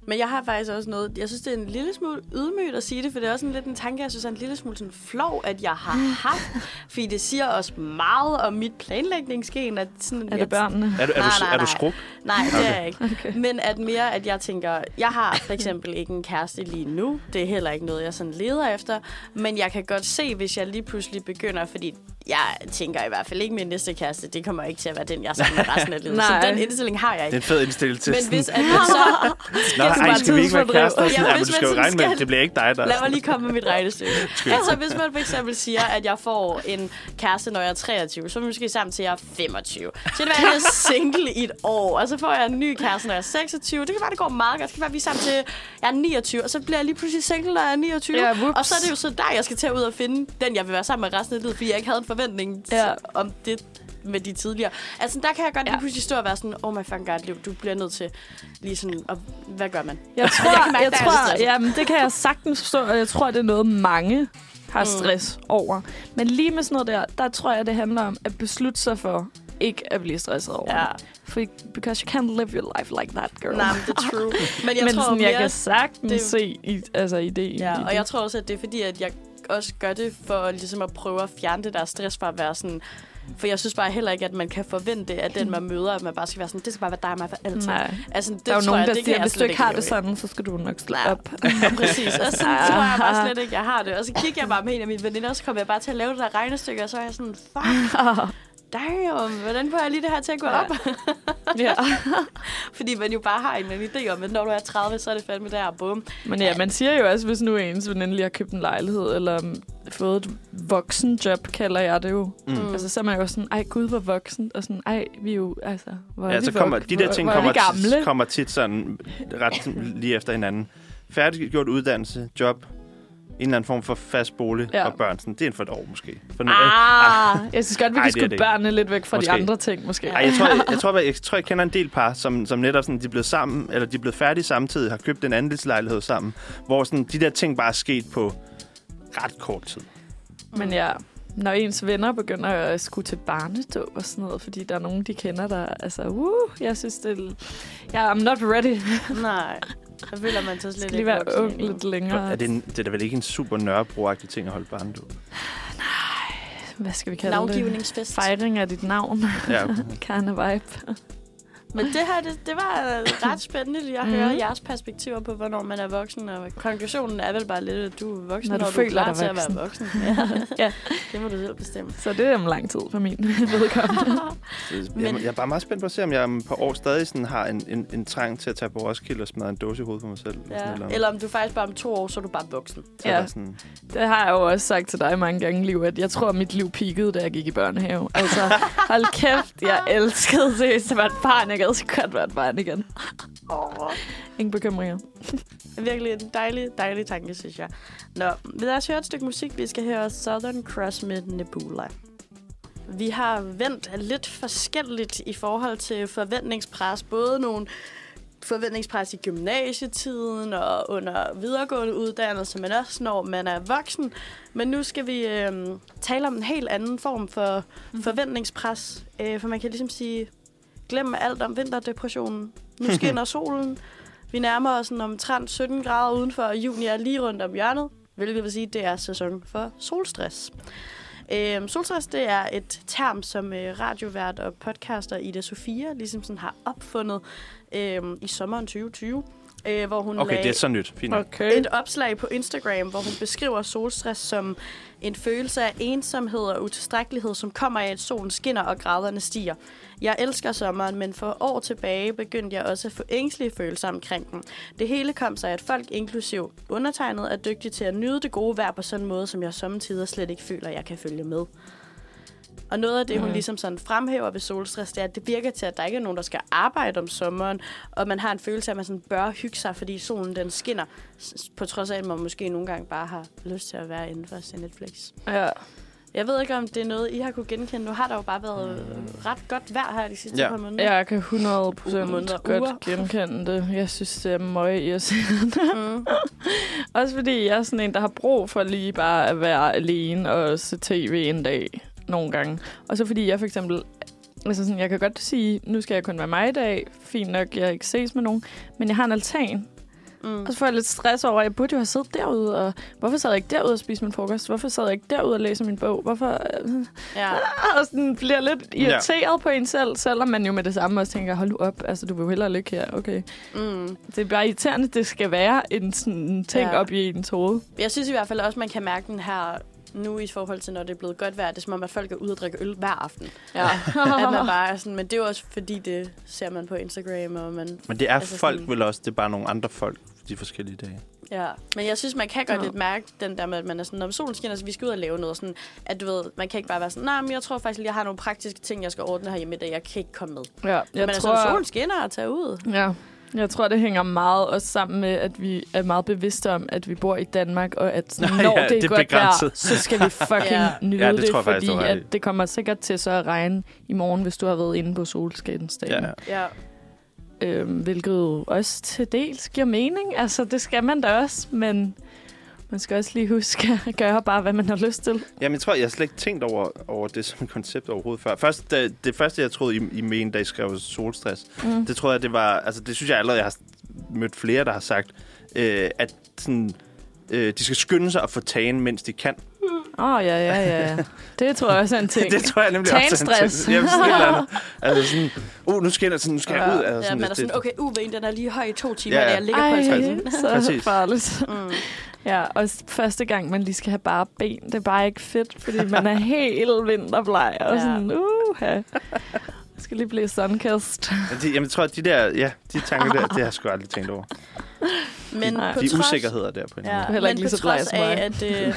Men jeg har faktisk også noget... Jeg synes, det er en lille smule ydmygt at sige det, for det er også en lidt en tanke, jeg synes er en lille smule sådan flov, at jeg har haft. Fordi det siger også meget om mit planlægningsgen. At sådan, er det børnene? Er du, er nej, du, nej, er du skrub? Nej, det okay. er jeg ikke. Okay. Men at mere, at jeg tænker... Jeg har for eksempel ikke en kæreste lige nu. Det er heller ikke noget, jeg sådan leder efter. Men jeg kan godt se, hvis jeg lige pludselig begynder, fordi jeg tænker i hvert fald ikke, min næste kæreste, det kommer ikke til at være den, jeg er sammen med resten af livet. Så den indstilling har jeg ikke. Det er en fed indstilling til. Men hvis at jeg så... Nå, ej, skal vi ikke være kærester? Ja, ja, men du skal jo regne med, det bliver ikke dig, der... Lad mig lige komme med mit regnestykke. Altså, hvis man for eksempel siger, at jeg får en kæreste, når jeg er treogtyve, så er vi måske sammen til, at jeg er femogtyve. Så det vil være, at jeg er single i et år, og så får jeg en ny kæreste, når jeg er seksogtyve. Det kan være, det går meget godt. Det kan være, at vi er sammen til, jeg er niogtyve, og så bliver jeg lige pludselig single, når jeg er niogtyve. Ja, og så er det jo så der, jeg skal tage ud og finde den, jeg vil være sammen med resten af livet, fordi jeg ikke havde en forventning ja. om det med de tidligere. Altså, der kan jeg godt ja. lige pludselig stå og være sådan, oh my fucking god, Liv, du bliver nødt til lige sådan, og hvad gør man? Jeg tror, jeg, mærke, jeg tror jamen, det kan jeg sagtens forstå, og jeg tror, det er noget, mange har stress mm. over. Men lige med sådan noget der, der tror jeg, det handler om at beslutte sig for ikke at blive stresset over. Ja. For, because you can't live your life like that, girl. Nej, det er true. Men jeg men tror sådan, mere, jeg kan sagtens det... se i, altså, ideen. Ja, i og det. jeg tror også, at det er fordi, at jeg også gør det for ligesom at prøve at fjerne det der stress fra at være sådan... For jeg synes bare heller ikke, at man kan forvente, at den, man møder, at man bare skal være sådan, det skal bare være dig og mig for altid. Nej. Altså, det der er jo tror nogen, jeg, der det siger, hvis du ikke har det sådan, så skal du nok slå op. Præcis, og sådan tror jeg bare slet ikke, jeg har det. Og så kigger jeg bare med en af mine veninder, og så kommer jeg bare til at lave det der regnestykke, og så er jeg sådan, fuck, damn, hvordan får jeg lige det her til at gå ja. op? Ja. Fordi man jo bare har en eller anden idé om, at når du er tredive, så er det fandme der, bum. Men ja, man siger jo også, hvis nu ens veninde lige har købt en lejlighed, eller fået et voksenjob, kalder jeg det jo. Mm. Altså, så er man jo sådan, ej gud, hvor voksen, og sådan, ej, vi er jo, altså, hvor er ja, vi så kommer, vok- de der ting hvor, kommer, hvor t- kommer tit sådan ret lige efter hinanden. Færdiggjort uddannelse, job, en eller anden form for fast bolig ja. og børn. Sådan, det er for et år måske. For nu, ah, ah, jeg synes godt, vi ej, kan skubbe børnene lidt væk fra måske. De andre ting, måske. Ej, jeg, tror, jeg, jeg, tror, jeg, jeg tror, jeg kender en del par, som, som netop sådan, de er blevet sammen, eller de er blevet færdige samtidig, har købt en andelslejlighed sammen, hvor sådan, de der ting bare er sket på ret kort tid. Men ja, når ens venner begynder at skulle til barnedåb og sådan noget, fordi der er nogen, de kender, der... Altså, uh, jeg synes, det er... Ja, I'm not ready. Nej. Så føler man så slet ikke lige være ung lidt længere. Er det, en, det er da vel ikke en super nørrebro-agtig ting at holde barndåb? Nej, hvad skal vi kalde det? Navngivningsfest. Fejring af dit navn. Ja. Kind of vibe. Men det her, det, det var ret spændende lige at mm. høre jeres perspektiver på, hvornår man er voksen. Og konklusionen er vel bare lidt, at du er voksen, når du, når du er klar til at være voksen. Ja. Ja. Det må du selv bestemme. Så det er om lang tid for min vedkommende. Men jeg er bare meget spændt på at se, om jeg om et par år stadig sådan har en, en, en trang til at tage på Roskilde og smadre en dåse i hovedet på mig selv. Ja. Sådan, eller, eller om du faktisk bare om to år, så er du bare voksen. Så ja. sådan... Det har jeg jo også sagt til dig mange gange, Liv, at jeg tror, at mit liv peakede, da jeg gik i børnehave. Altså, hold kæft, jeg elskede det. Det var et barn, jeg gad så godt være et barn igen. Oh. Ingen bekymringer. Virkelig en dejlig, dejlig tanke, synes jeg. Nå, lad os høre et stykke musik. Vi skal høre Southern Cross med Nebula. Vi har vendt lidt forskelligt i forhold til forventningspres. Både nogle forventningspres i gymnasietiden og under videregående uddannelse, men også når man er voksen. Men nu skal vi øh, tale om en helt anden form for mm. forventningspres. Øh, for man kan ligesom sige, glem alt om vinterdepressionen. Nu skinner solen. Vi nærmer os en omtrent sytten grader udenfor, og juni er lige rundt om hjørnet, hvilket vil sige, at det er sæson for solstress. Øhm, solstress, det er et term, som øh, radiovært og podcaster Ida Sofia ligesom sådan har opfundet øhm, i sommeren tyve tyve. Øh, hvor hun okay, lagde det er så nyt. Fint. Okay. Et opslag på Instagram, hvor hun beskriver solstress som en følelse af ensomhed og utilstrækkelighed, som kommer af, at solen skinner og graderne stiger. Jeg elsker sommeren, men for år tilbage begyndte jeg også at få ængstelige følelser omkring den. Det hele kom sig, at folk, inklusiv undertegnet, er dygtige til at nyde det gode vejr på sådan en måde, som jeg sommetider slet ikke føler, jeg kan følge med. Og noget af det, hun ligesom sådan fremhæver ved solstress, det er, at det virker til, at der ikke er nogen, der skal arbejde om sommeren, og man har en følelse af, at man sådan bør hygge sig, fordi solen den skinner, på trods af, at man måske nogle gange bare har lyst til at være inden for sin Netflix. Ja. Jeg ved ikke, om det er noget, I har kunne genkende. Nu har der jo bare været ret godt vejr her de sidste ja. par måneder. Jeg kan hundrede procent godt uger. genkende det. Jeg synes, det er meget irriterende. Mm. Også fordi jeg er sådan en, der har brug for lige bare at være alene og se tv en dag. Nogle gange. Og så fordi jeg for eksempel... Altså sådan, jeg kan godt sige, nu skal jeg kun være mig i dag. Fint nok, jeg ikke ses med nogen. Men jeg har en altan. Mm. Og så får jeg lidt stress over, at jeg burde jo have siddet derude, og hvorfor sad jeg ikke derude og spiste min frokost? Hvorfor sad jeg ikke derude og læser min bog? Hvorfor... Ja. Og sådan bliver lidt irriteret ja. på en selv, selvom man jo med det samme også tænker, hold nu op, altså du vil jo hellere ligge her, okay. Mm. Det er bare irriterende, det skal være en sådan ting ja. op i ens hoved. Jeg synes i hvert fald også, man kan mærke den her nu i forhold til, når det er blevet godt vejr. Det er som om, at folk er ude og drikke øl hver aften. Ja. At man bare er sådan, men det er jo også fordi, det ser man på Instagram. Og man, men det er altså folk sådan, vel også, det er bare nogle andre folk de forskellige dage. Ja, men jeg synes, man kan godt ja. lidt mærke den der med, at man er sådan, når solen skinner, så vi skal ud og lave noget. Sådan, at du ved, man kan ikke bare være sådan, nej, men jeg tror faktisk, at jeg har nogle praktiske ting, jeg skal ordne herhjemme i dag. Jeg kan ikke komme med. Ja, jeg men tror, altså, solen skinner og tager ud. Ja. Jeg tror, det hænger meget også sammen med, at vi er meget bevidste om, at vi bor i Danmark, og at Nå, når ja, det er, det er godt vejr, så skal vi fucking ja. nyde ja, det, det fordi faktisk, at det kommer sikkert til så at regne i morgen, hvis du har været inde på solskinsdagen. Ja. Ja. Øhm, hvilket også til dels giver mening. Altså, det skal man da også, men man skal også lige huske at gøre bare, hvad man har lyst til. Jamen, jeg tror, jeg har slet ikke tænkt over, over det som et koncept overhovedet før. Først, det, det første, jeg troede, I, I mente, da I skrev solstress, mm. det tror jeg, det var... Altså, det synes jeg allerede, jeg har mødt flere, der har sagt, øh, at sådan, øh, de skal skynde sig at få tagen, mens de kan. Åh, oh, ja, ja, ja. Det tror jeg også er en ting. Det tror jeg nemlig også er en ting. Jamen, sådan et eller andet. Altså sådan, uh, nu skal jeg, sådan, nu skal jeg ud. Altså, ja, sådan, man er sådan, okay, U V'en, den er lige høj i to timer, ja, ja. jeg ligger Ej, på altanen. Så Præcis. farligt. Mm. Ja, og første gang, man lige skal have bare ben, det er bare ikke fedt, fordi man er helt vinterbleg, og ja. sådan, uh, jeg skal lige blive sunkissed. De, jamen, jeg tror, at de der, ja, de tanker der, det har jeg sgu aldrig tænkt over. Men de, på de trods, usikkerheder der på en ja, måde. Men på trods af, at, øh,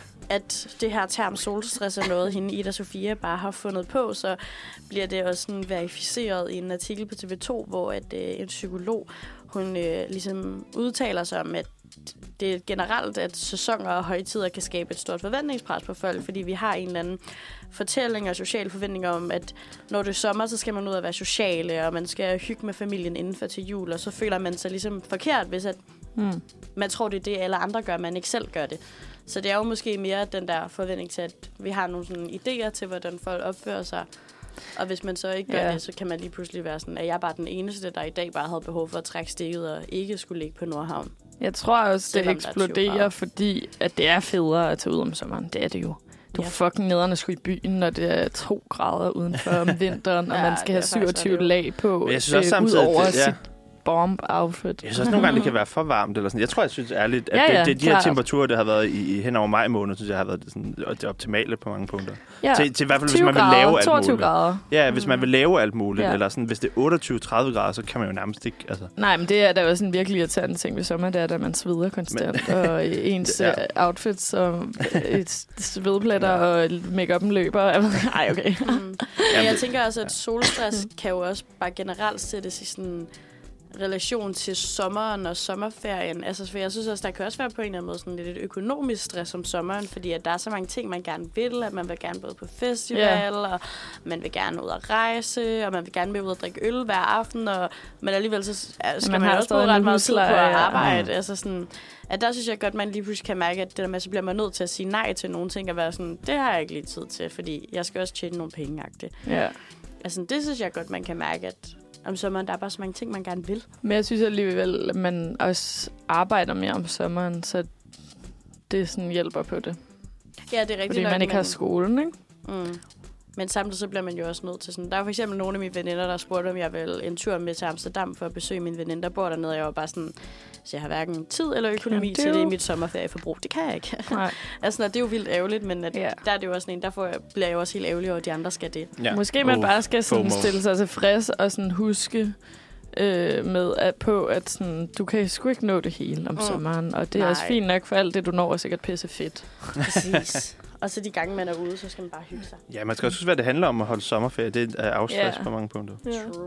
at det her term solstress er noget, hende Ida Sofia bare har fundet på, så bliver det også sådan verificeret i en artikel på T V to, hvor at, øh, en psykolog, hun øh, ligesom udtaler sig om, at det er generelt, at sæsoner og højtider kan skabe et stort forventningspres på folk, fordi vi har en eller anden fortælling og sociale forventninger om, at når det er sommer, så skal man ud og være sociale, og man skal hygge med familien indenfor til jul, og så føler man sig ligesom forkert, hvis at mm. man tror, det er det, alle andre gør, man ikke selv gør det. Så det er jo måske mere den der forventning til, at vi har nogle sådan idéer til, hvordan folk opfører sig. Og hvis man så ikke gør ja. det, så kan man lige pludselig være sådan, at jeg er bare den eneste, der i dag bare havde behov for at trække stikket og ikke skulle ligge på Nordhavn. Jeg tror også, det eksploderer, fordi at det er federe at tage ud om sommeren. Det er det jo. Du er ja. fucking nederne sgu i byen, når det er to grader udenfor om vinteren, ja, og man skal have syvogtyve lag på, jeg synes også øh, ud over det, ja. sit bomb-outfit. Jeg synes også nogle gange, det kan være for varmt. Eller sådan. Jeg tror, jeg synes ærligt, at ja, ja, det, det, de her temperaturer, der har været i, i hen over maj måned, synes jeg har været sådan, det optimale på mange punkter. Ja. Til, til i hvert fald, hvis man vil lave alt toogtyve muligt. grader. Ja, hvis man vil lave alt muligt. Ja. Eller sådan, hvis det er otteogtyve til tredive grader, så kan man jo nærmest ikke... Altså. Nej, men det er da også en virkelig irriterende ting ved sommer, det er, at man sveder konstant, men, og ens ja. outfits og svedpletter ja. og make-up'en løber. Ej, okay. Mm. Men jeg tænker også, at solstress kan jo også bare generelt sættes i sådan relation til sommeren og sommerferien. Altså, for jeg synes også, der kan også være på en eller anden måde sådan lidt et økonomisk stress om sommeren, fordi at der er så mange ting, man gerne vil, at man vil gerne både på festival, yeah. og man vil gerne ud at rejse, og man vil gerne med ud at drikke øl hver aften, og, men alligevel så skal man, man også bruge ret meget tid på at arbejde. Ja. Altså sådan, at der synes jeg godt, man lige pludselig kan mærke, at det der med, så bliver man nødt til at sige nej til nogle ting, og være sådan, det har jeg ikke lige tid til, fordi jeg skal også tjene nogle penge-agtigt. Ja. Altså, det synes jeg godt, man kan mærke, at om sommeren, der er bare så mange ting, man gerne vil. Men jeg synes alligevel, at man også arbejder mere om sommeren, så det sådan hjælper på det. Ja, det er rigtigt. Fordi nok, man ikke men... har skolen, ikke? Mm. Men samtidig så bliver man jo også nødt til sådan... Der er for eksempel nogle af mine veninder, der spurgte, om jeg vil en tur med til Amsterdam for at besøge min veninde, der bor dernede. Og jeg var bare sådan... Så jeg har hverken tid eller økonomi ja, det til det i mit sommerferieforbrug. Det kan jeg ikke. Nej. Altså, det er jo vildt ærgerligt, men at, ja. der er det jo også sådan en, der får jeg, bliver jeg jo også helt ærgerlig over, at de andre skal det. Ja. Måske man oh, bare skal sådan stille sig tilfreds og sådan huske øh, med at på, at sådan, du kan sgu ikke nå det hele om mm. sommeren. Og det er Nej. også fint nok for alt det, du når, er sikkert pisse fedt. Præcis. Og så de gange, man er ude, så skal man bare hygge sig. Ja, man skal også huske, hvad det handler om at holde sommerferie. Det er afstress yeah. på mange punkter. Ja. True.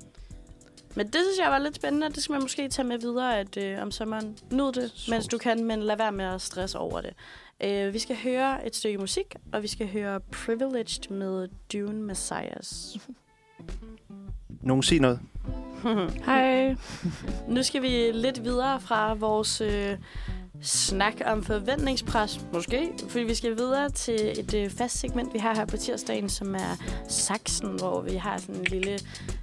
Men det synes jeg var lidt spændende. Det skal man måske tage med videre, at øh, om sommeren nyd det, mens du kan, men lad være med at stresse over det. Øh, vi skal høre et stykke musik, og vi skal høre Privileged med Dune Messiahs. Nogen sig noget? Hej. Nu skal vi lidt videre fra vores øh, snak om forventningspres, måske. Fordi vi skal videre til et øh, fast segment, vi har her på tirsdagen, som er Saxen, hvor vi har sådan en lille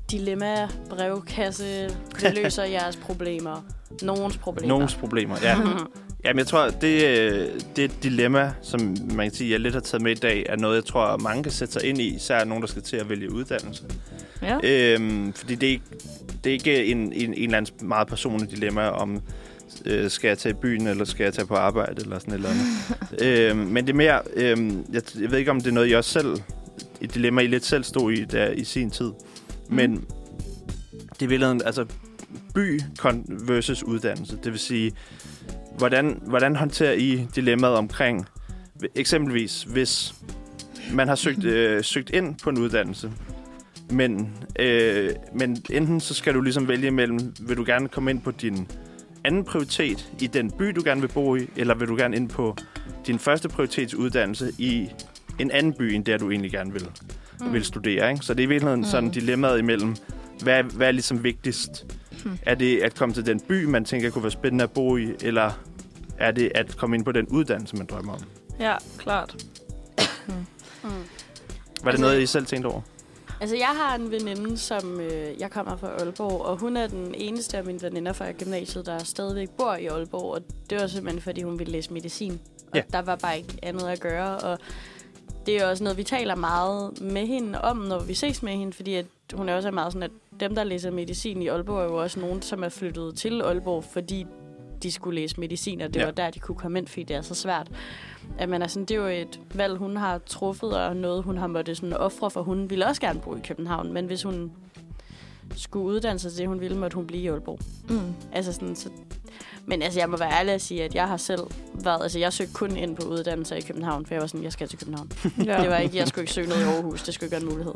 dilemma, brevkasse, det løser jeres problemer. Nogens problemer. Nogens problemer, ja. Jamen, jeg tror, det, det et dilemma, som man kan sige, jeg lidt har taget med i dag, er noget, jeg tror, mange kan sætte sig ind i, især nogen, der skal til at vælge uddannelse. Ja. Øhm, fordi det er, ikke, det er ikke en, en, en eller anden meget personlig dilemma om, øh, skal jeg tage i byen, eller skal jeg tage på arbejde, eller sådan et eller andet. øhm, men det er mere, øhm, jeg, jeg ved ikke, om det er noget, jeg også selv, et dilemma, I lidt selv stod i der i sin tid. Mm. Men det er virkelig, altså, by versus uddannelse. Det vil sige, hvordan, hvordan håndterer I dilemmaet omkring, eksempelvis, hvis man har søgt, øh, søgt ind på en uddannelse, men, øh, men enten så skal du ligesom vælge mellem, vil du gerne komme ind på din anden prioritet i den by, du gerne vil bo i, eller vil du gerne ind på din første prioritetsuddannelse i en anden by, end der du egentlig gerne vil, mm. vil studere. Ikke? Så det er i virkeligheden mm. sådan dilemmaet imellem, hvad, hvad er ligesom vigtigst? Hmm. Er det at komme til den by, man tænker kunne være spændende at bo i, eller er det at komme ind på den uddannelse, man drømmer om? Ja, klart. Mm. Var det altså, noget, I selv tænkte over? Altså, jeg har en veninde, som øh, jeg kommer fra Aalborg, og hun er den eneste af mine veninder fra gymnasiet, der stadigvæk bor i Aalborg, og det var simpelthen, fordi hun ville læse medicin. Og ja. Der var bare ikke andet at gøre, og det er også noget, vi taler meget med hende om, når vi ses med hende, fordi at hun er også meget sådan, at dem, der læser medicin i Aalborg, er jo også nogen, som er flyttet til Aalborg, fordi de skulle læse medicin, og det ja. var der, de kunne komme ind, fordi det er så svært. At man er sådan, det er jo et valg, hun har truffet, og noget, hun har måttet sådan ofre, for hun ville også gerne bo i København, men hvis hun skulle uddanne sig til det, hun ville, måtte hun blive i Aalborg. Mm. Altså sådan, så men altså, jeg må være ærlig at sige, at jeg har selv været... Altså, jeg søgte kun ind på uddannelser i København, for jeg var sådan, jeg skal til København. Ja. Det var ikke, jeg skulle ikke søge noget i Aarhus. Det skulle ikke være en mulighed.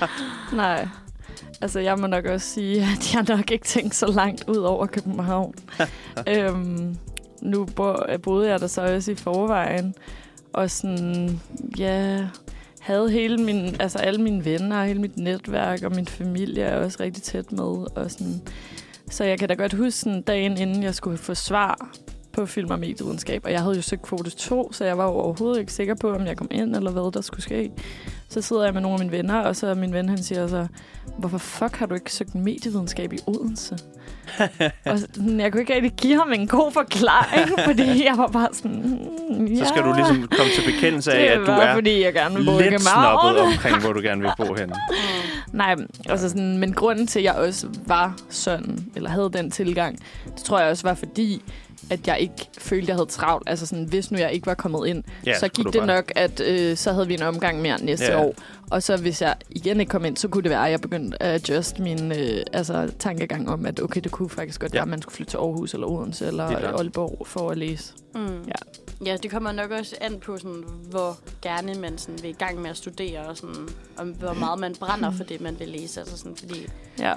Nej. Altså, jeg må nok også sige, at jeg nok ikke tænkt så langt ud over København. øhm, nu boede jeg der så også i forvejen, og sådan, ja... havde hele min, altså alle mine venner, hele mit netværk og min familie er også rigtig tæt med. Og sådan. Så jeg kan da godt huske sådan, dagen inden jeg skulle få svar på film- og medievidenskab. Og jeg havde jo søgt kvote to, så jeg var jo overhovedet ikke sikker på, om jeg kom ind eller hvad der skulle ske. Så sidder jeg med nogle af mine venner, og så min ven han siger så, hvorfor fuck har du ikke søgt medievidenskab i Odense? Og sådan, jeg kunne ikke rigtig give ham en god forklaring, fordi jeg var bare sådan... Ja. Så skal du ligesom komme til bekendelse af, at du er fordi jeg gerne vil bo lidt snobbet omkring, hvor du gerne vil bo henne. Nej, altså sådan, men grunden til, at jeg også var sådan, eller havde den tilgang, det tror jeg også var fordi, at jeg ikke følte, at jeg havde travlt. Altså sådan, hvis nu jeg ikke var kommet ind, ja, så gik det bare nok, at øh, så havde vi en omgang mere næste ja. år. Og så hvis jeg igen ikke kom ind, så kunne det være, at jeg begyndte at adjust min øh, altså, tankegang om, at okay, det kunne faktisk godt ja. være, at man skulle flytte til Aarhus eller Odense eller Aalborg for at læse. Mm. Ja. Ja, det kommer nok også an på, sådan, hvor gerne man sådan, vil i gang med at studere, og sådan, om hvor meget man brænder for det, man vil læse. Altså sådan, fordi ja.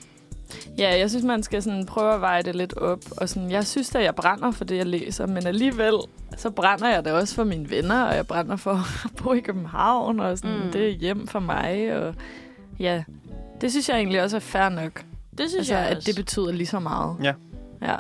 Ja, jeg synes, man skal sådan prøve at veje det lidt op. Og sådan, jeg synes at jeg brænder for det, jeg læser. Men alligevel, så brænder jeg det også for mine venner. Og jeg brænder for at bo i København. Og sådan, mm. det er hjem for mig. Og ja, det synes jeg egentlig også er fair nok. Det synes altså, jeg også. At det betyder lige så meget. Ja. Ja.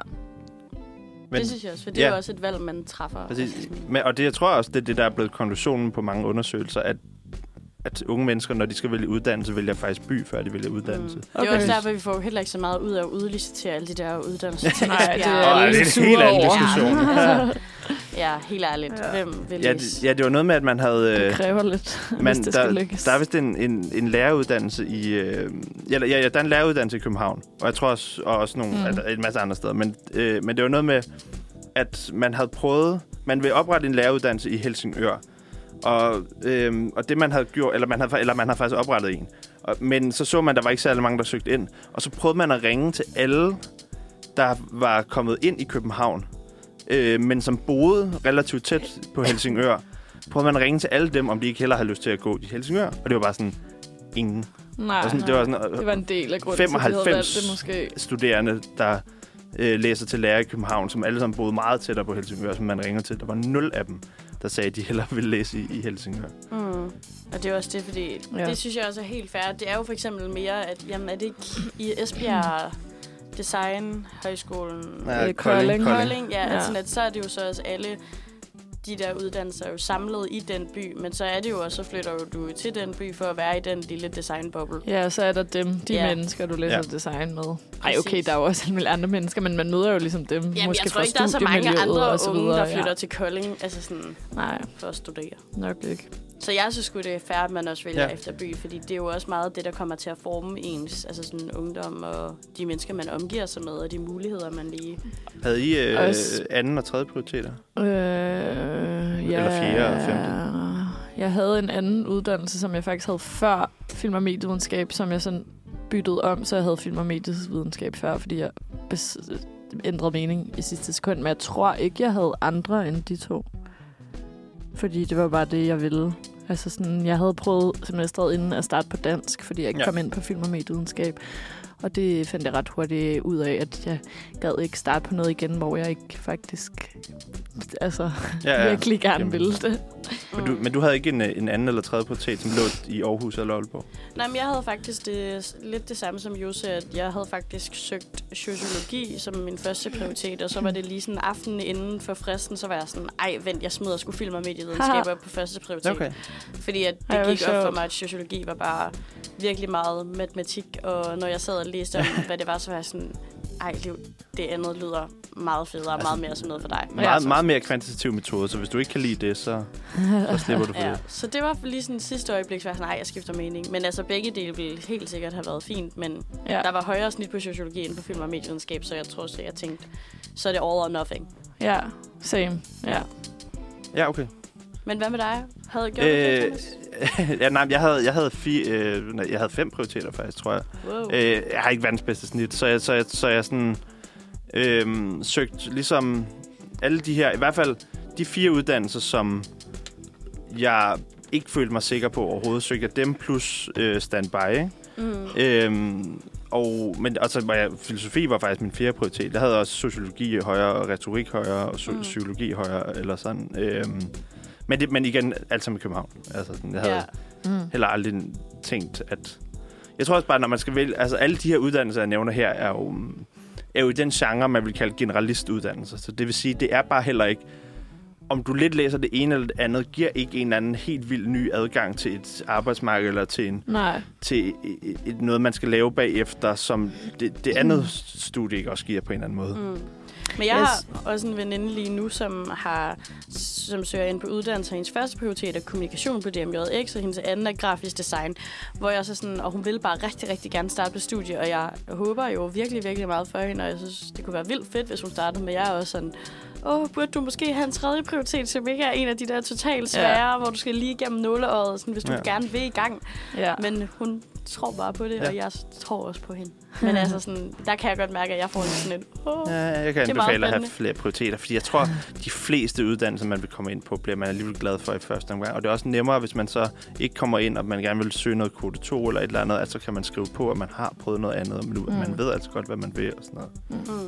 Men, det synes jeg også, for det ja. er også et valg, man træffer. Præcis. Men, og det, jeg tror også, det er det, der er blevet konklusionen på mange undersøgelser, at at unge mennesker, når de skal vælge uddannelse, vælger faktisk by, før de vælger uddannelse. Mm. Okay. Det er også derfor, vi får heller ikke så meget ud af at udlicitere alle de der uddannelser. Nej, det er, oh, det er en helt anden diskussion. altså, ja, helt ærligt. Ja. Hvem vil ja, læse? Det, ja, det var noget med, at man havde... Det kræver lidt, man, hvis det der, skal lykkes. Der er vist en, en, en læreruddannelse i... Øh, ja, ja, der er en læreruddannelse i København. Og jeg tror også, og også nogle, mm. altså, en masse andre steder. Men, øh, men det var noget med, at man havde prøvet... Man vil oprette en læreruddannelse i Helsingør. Og, øhm, og det man havde gjort, eller man havde, eller man havde faktisk oprettet en. Og, men så så man, der var ikke særlig mange, der søgte ind. Og så prøvede man at ringe til alle, der var kommet ind i København, øh, men som boede relativt tæt på Helsingør. Prøvede man at ringe til alle dem, om de ikke heller havde lyst til at gå i Helsingør. Og det var bare sådan, ingen. Nej, sådan, nej. Det var sådan, det var en del af grunden til, at de havde valgt det måske. Studerende, der øh, læser til lærer i København, som alle sammen boede meget tættere på Helsingør, som man ringer til. Der var nul af dem, der sagde, at de hellere ville læse i, i Helsingør. Mm. Og det er også det, fordi ja. det synes jeg også er helt fair. Det er jo for eksempel mere, at jamen, er det ikke i Esbjerg Design Højskolen? Ja, Kolding. Kolding, ja. ja. Altså, at så er det jo så også alle de der uddannelser er jo samlet i den by, men så er det jo også, så flytter du til den by for at være i den lille designboble. Ja, så er der dem, de ja. mennesker, du læser ja. design med. Ej, Præcis. Okay, der er jo også en andre mennesker, men man møder jo ligesom dem. Jamen, måske jeg tror ikke, der er så mange andre unge, der flytter ja. til Kolding altså sådan, Nej. for at studere. Nok ikke. Så jeg synes det er fair, at man også vælger ja. efter by, fordi det er jo også meget det, der kommer til at forme ens altså sådan ungdom og de mennesker, man omgiver sig med, og de muligheder, man lige... Havde I øh, også... anden og tredje prioriteter? Øh, ja, Eller fjerde og femte? Jeg havde en anden uddannelse, som jeg faktisk havde før film- og medievidenskab, som jeg sådan byttede om, så jeg havde film- og medievidenskab før, fordi jeg bes- ændrede mening i sidste sekund. Men jeg tror ikke, jeg havde andre end de to. Fordi det var bare det, jeg ville. Altså sådan, jeg havde prøvet semesteret inden at starte på dansk, fordi jeg ikke ja. kom ind på film- og medievidenskab. Og det fandt jeg ret hurtigt ud af, at jeg gad ikke starte på noget igen, hvor jeg ikke faktisk altså, ja, ja. virkelig gerne Jamen. ville det. Men du, men du havde ikke en, en anden eller tredje prioritet, som lå i Aarhus eller Aalborg? Nej, men jeg havde faktisk det, lidt det samme som Jose, at jeg havde faktisk søgt sociologi som min første prioritet, og så var det lige sådan aftenen inden for fristen, så var jeg sådan, ej, vent, jeg smider sgu film- og medievidenskaber på første prioritet. Okay. Fordi at det gik op for mig, at sociologi var bare virkelig meget matematik, og når jeg sad og læste om, hvad det var, så var jeg sådan, ej, Liv, det andet lyder meget federe og altså, meget mere som noget for dig. Meget, meget mere kvantitativ metode, så hvis du ikke kan lide det, så, så slipper du for ja, det. Så det var lige sådan sidste øjeblik, så var jeg sådan, nej, jeg skifter mening. Men altså begge dele ville helt sikkert have været fint, men ja. der var højere snit på sociologi end på film- og medievidenskab, så jeg tror så jeg tænkte, så er det all or nothing. Ja, same. Ja, ja okay. Men hvad med dig? Havde du gjort øh, det, Thomas? ja, nej, jeg havde, jeg, havde fi, øh, jeg havde fem prioriteter faktisk, tror jeg. Wow. Øh, jeg har ikke verdens bedste snit, så jeg, så jeg, så jeg sådan, øh, søgt ligesom alle de her, i hvert fald de fire uddannelser, som jeg ikke følte mig sikker på overhovedet, søgte jeg dem plus øh, standby, ikke? Mm. Øhm, og, men altså, var jeg, filosofi var faktisk min fjerde prioritet. Jeg havde også sociologi højere, og retorik højere, og so- mm. psykologi højere, eller sådan. Øhm, men, det, men igen, alt sammen i København. Altså, jeg havde yeah. mm. heller aldrig tænkt, at... Jeg tror også bare, når man skal vælge... Altså, alle de her uddannelser, jeg nævner her, er jo, er jo i den genre, man vil kalde generalistuddannelser. Så det vil sige, det er bare heller ikke... Om du lidt læser det ene eller det andet, giver ikke en eller anden helt vild ny adgang til et arbejdsmarked eller til, en, Nej. til et, et, noget, man skal lave bagefter, som det, det andet mm. studie ikke også giver på en eller anden måde. Mm. Men jeg yes. har også en veninde lige nu, som har som søger ind på uddannelse. Hendes første prioritet er kommunikation på D M J X, og hendes anden er grafisk design. Hvor jeg så sådan, og hun vil bare rigtig, rigtig gerne starte på studie, og jeg håber jo virkelig, virkelig meget for hende, og jeg synes, det kunne være vildt fedt, hvis hun startede, men jeg er også sådan... Åh, oh, burde du måske have en tredje prioritet, som ikke er en af de der totalt svære, ja. hvor du skal lige gennem nåleøjet, sådan, hvis du ja. gerne vil i gang. Ja. Men hun tror bare på det, ja. og jeg tror også på hende. Men altså sådan, der kan jeg godt mærke, at jeg får sådan et... Oh, ja, jeg kan anbefale at have flere prioriteter, fordi jeg tror, de fleste uddannelser, man vil komme ind på, bliver man alligevel glad for i første omgang. Og det er også nemmere, hvis man så ikke kommer ind, og man gerne vil søge noget kvote to eller et eller andet, at så kan man skrive på, at man har prøvet noget andet, og man, mm. man ved altså godt, hvad man vil og sådan noget.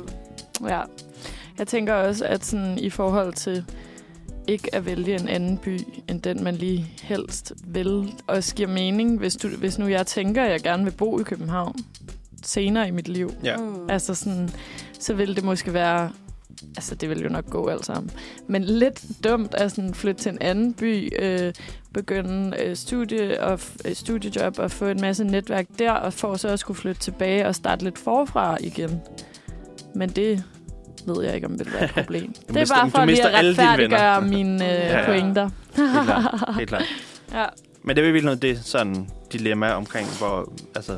Mm. Ja. Jeg tænker også, at sådan, i forhold til ikke at vælge en anden by, end den, man lige helst vil, også giver mening, hvis, du, hvis nu jeg tænker, at jeg gerne vil bo i København senere i mit liv. Ja. Mm. Altså sådan, så vil det måske være... Altså, det vil jo nok gå alt sammen. Men lidt dumt at sådan, flytte til en anden by, øh, begynde øh, studie og, øh, studiejob og få en masse netværk der, og for så at skulle flytte tilbage og starte lidt forfra igen. Men det... ved jeg ikke, om det vil være et problem. Det er bare for lige at retfærdiggøre mine øh, ja. pointer. Helt klart. Helt klart. Ja. Men det er jo virkelig noget det sådan dilemma omkring, hvor altså,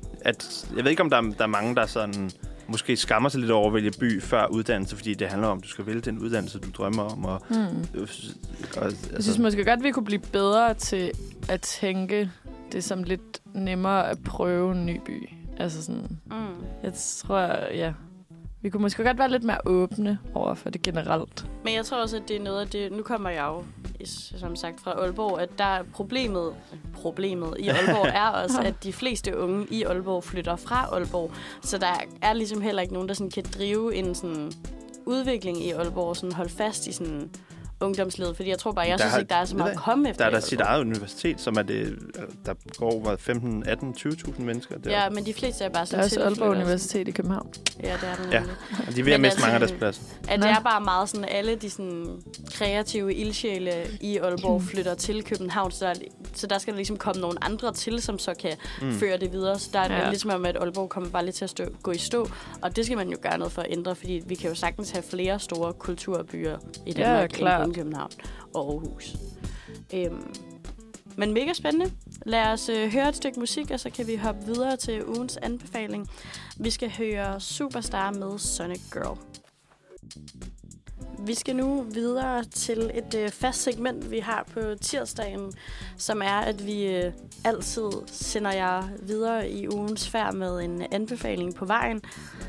at, jeg ved ikke, om der er, der er mange, der sådan, måske skammer sig lidt over at vælge by før uddannelse, fordi det handler om, at du skal vælge den uddannelse, du drømmer om. Og, mm. og, og, altså. Jeg synes måske godt, at vi kunne blive bedre til at tænke det som lidt nemmere at prøve en ny by. Altså sådan, mm. jeg tror, ja... Vi kunne måske godt være lidt mere åbne over for det generelt. Men jeg tror også, at det er noget af det... Nu kommer jeg jo, som sagt, fra Aalborg, at der er problemet, problemet i Aalborg er også, at de fleste unge i Aalborg flytter fra Aalborg. Så der er ligesom heller ikke nogen, der sådan kan drive en sådan udvikling i Aalborg, sådan holde fast i sådan ungdomslivet, fordi jeg tror bare, jeg der synes har, ikke, der er så meget at komme efter. Der er der sit eget universitet, som er det, der går over femten, atten, tyve tusind mennesker. Der. Ja, men de fleste er bare sådan der er også Aalborg Universitet i København. Ja, det er der. Ja, og de vil have miste mange af deres plads. At det er bare meget sådan, alle de sådan kreative ildsjæle i Aalborg flytter til København, så der, så der skal der ligesom komme nogle andre til, som så kan mm. føre det videre. Så der er ja. lidt som om, at Aalborg kommer bare lidt til at stå, gå i stå, og det skal man jo gøre noget for at ændre, fordi vi kan jo sagtens have flere store kulturbyer i Danmark ja, end København og Aarhus. Øhm, men mega spændende. Lad os øh, høre et stykke musik, og så kan vi hoppe videre til ugens anbefaling. Vi skal høre Superstar med Sonic Girl. Vi skal nu videre til et øh, fast segment, vi har på tirsdagen, som er, at vi øh, altid sender jer videre i ugens færd med en anbefaling på vejen.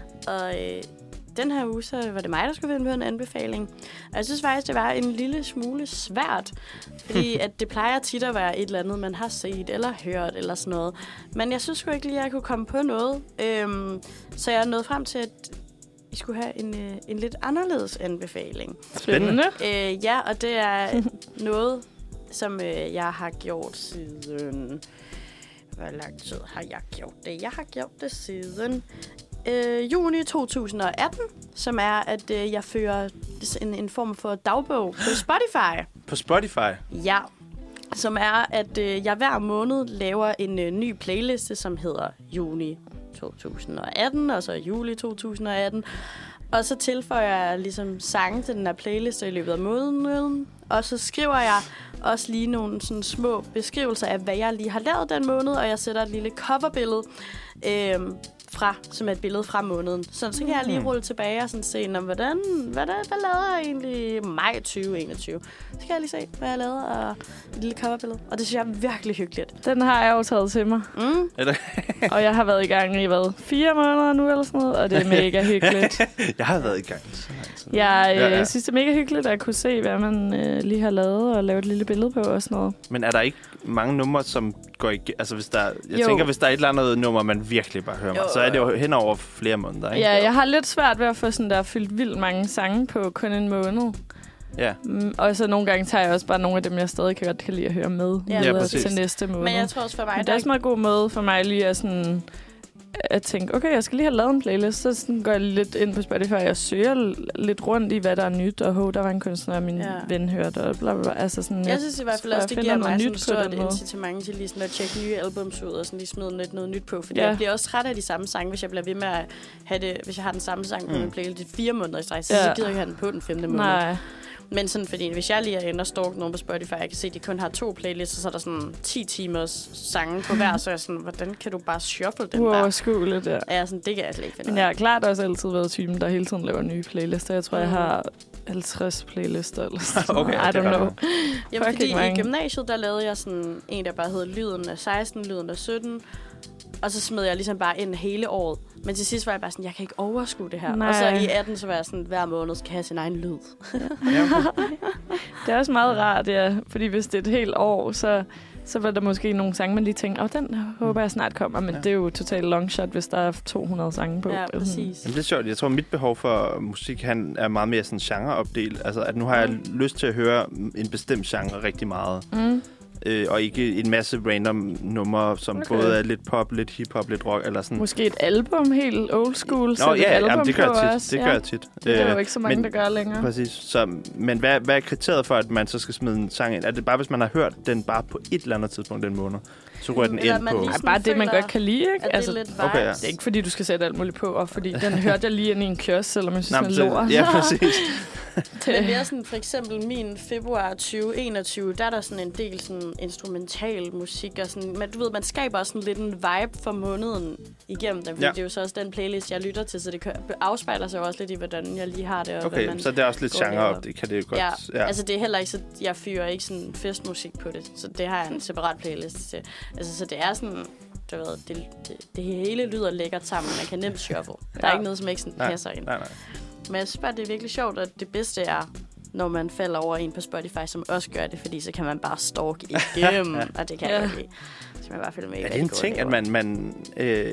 Og øh, den her uge, så var det mig, der skulle finde på en anbefaling. Og jeg synes faktisk, det var en lille smule svært, fordi at det plejer tit at være et eller andet, man har set eller hørt eller sådan noget. Men jeg synes sgu ikke lige, at jeg kunne komme på noget. Øhm, så jeg nåede frem til, at I skulle have en, øh, en lidt anderledes anbefaling. Spændende. Øh, ja, og det er noget, som øh, jeg har gjort siden... Hvor lang tid har jeg gjort det? Jeg har gjort det siden øh, juni to tusind og atten, som er, at øh, jeg fører en, en form for dagbog på Spotify. På Spotify? Ja, som er, at øh, jeg hver måned laver en øh, ny playliste, som hedder juni to tusind og atten, og så juli to tusind og atten. Og så tilføjer jeg ligesom sange til den her playliste i løbet af måneden. Og så skriver jeg også lige nogle sådan små beskrivelser af, hvad jeg lige har lavet den måned. Og jeg sætter et lille coverbillede øh, fra, som er et billede fra måneden. Så, så kan jeg lige rulle tilbage og sådan se, hvordan, hvordan, hvad lavede jeg egentlig i maj tyve enogtyve. Så kan jeg lige se, hvad jeg lavede, og et lille coverbillede. Og det synes jeg er virkelig hyggeligt. Den har jeg jo taget til mig. Mm. Og jeg har været i gang i, hvad, fire måneder nu eller sådan noget, og det er mega hyggeligt. Jeg har været i gang. Jeg øh, ja, ja. synes, det er mega hyggeligt at kunne se, hvad man øh, lige har lavet, og lave et lille billede på og sådan noget. Men er der ikke mange numre, som går igen? Altså, hvis der, jeg jo. tænker, hvis der er et eller andet nummer, man virkelig bare hører mig, så er det jo hen over flere måneder, ikke? Ja, jeg har lidt svært ved at få sådan der fyldt vildt mange sange på kun en måned. Ja. Mm, og så nogle gange tager jeg også bare nogle af dem, jeg stadig kan godt kan lide at høre med ja. videre ja, til næste måned. Men jeg tror også for mig, Men det er også en meget god måde for mig lige at sådan... at tænke, okay, jeg skal lige have lavet en playlist, så sådan går jeg lidt ind på Spotify, og jeg søger lidt rundt i, hvad der er nyt, og ho, der var en kunstner, min ja. ven hørte, og bla, bla, bla. Altså sådan, jeg synes i hvert fald også, det giver mig sådan et stort incitament til lige sådan at tjekke nye albums ud, og sådan lige smide lidt noget nyt på, fordi ja. jeg bliver også træt af de samme sange, hvis jeg bliver ved med at have det, hvis jeg har den samme sang på mm. min playlist i fire måneder i streg, så, ja. så gider jeg have den på den femte måned. Nej. Men sådan, fordi hvis jeg lige er inde og stalker nogen på Spotify, jeg kan se, at de kun har to playlister, så er der sådan ti timers sange på hver, så er jeg sådan, hvordan kan du bare shuffle den der? Uoverskueligt, ja. Ja, sådan, det kan jeg slet ikke finde. Men jeg har klart også altid været typen, der hele tiden laver nye playlister. Jeg tror, mm. jeg har halvtreds playlister eller sådan. Okay, I don't know. Jamen, fordi i gymnasiet, der lavede jeg sådan en, der bare hed Lyden af seksten, Lyden af sytten. Og så smed jeg ligesom bare ind hele året. Men til sidst var jeg bare sådan, jeg kan ikke overskue det her. Nej. Og så i atten, så var jeg sådan, hver måned skal have sin egen lyd. Det er også meget rart, ja. Fordi hvis det er et helt år, så, så var der måske nogle sange, man lige tænker, åh, oh, den håber jeg snart kommer. Men ja. det er jo totalt long shot, hvis der er to hundrede sange på. Ja, præcis. Jamen, det er sjovt. Jeg tror, mit behov for musik han er meget mere sådan genreopdelt. Altså, at nu har mm. jeg lyst til at høre en bestemt genre rigtig meget. Mm. Øh, og ikke en masse random numre, som okay. både er lidt pop, lidt hip-hop, lidt rock, eller sådan. Måske et album, helt old school. Nå, ja, album det gør jeg tit. Også. Det gør jeg tit. Det er jo ikke så mange, men, der gør længere. Præcis. Så, men hvad, hvad er kriteriet for, at man så skal smide en sang ind? Er det bare, hvis man har hørt den bare på et eller andet tidspunkt den måned? Så rører den ind på... Ja, bare det, man godt kan lide, ikke? Det, altså, lidt okay, ja. det er ikke, fordi du skal sætte alt muligt på, og fordi den hørte jeg lige ind i en kiosk, selvom jeg synes, den er lort. Ja, præcis. Men mere sådan, for eksempel min februar tyve enogtyve, der er der sådan en del sådan instrumental musik, og sådan, men du ved, man skaber også sådan lidt en vibe for måneden igennem den, fordi ja. det er jo så også den playlist, jeg lytter til, så det afspejler sig også lidt i, hvordan jeg lige har det. Og okay, hvad man så det er også lidt genre op, det kan det jo godt. Ja, ja, altså det er heller ikke så, jeg fyrer ikke sådan festmusik på det, så det har jeg en separat playlist til. Altså, så det er sådan... Du ved, det, det, det hele lyder lækkert sammen. Man kan nemt shuffle. Der er ja. ikke noget, som ikke sådan nej, passer ind. Nej, nej. Men jeg synes bare, det er virkelig sjovt, at det bedste er, når man falder over en på Spotify, som også gør det, fordi så kan man bare stalke igennem, og det kan jeg godt lide. Så man bare følge med. Er det en ting, at man, man øh,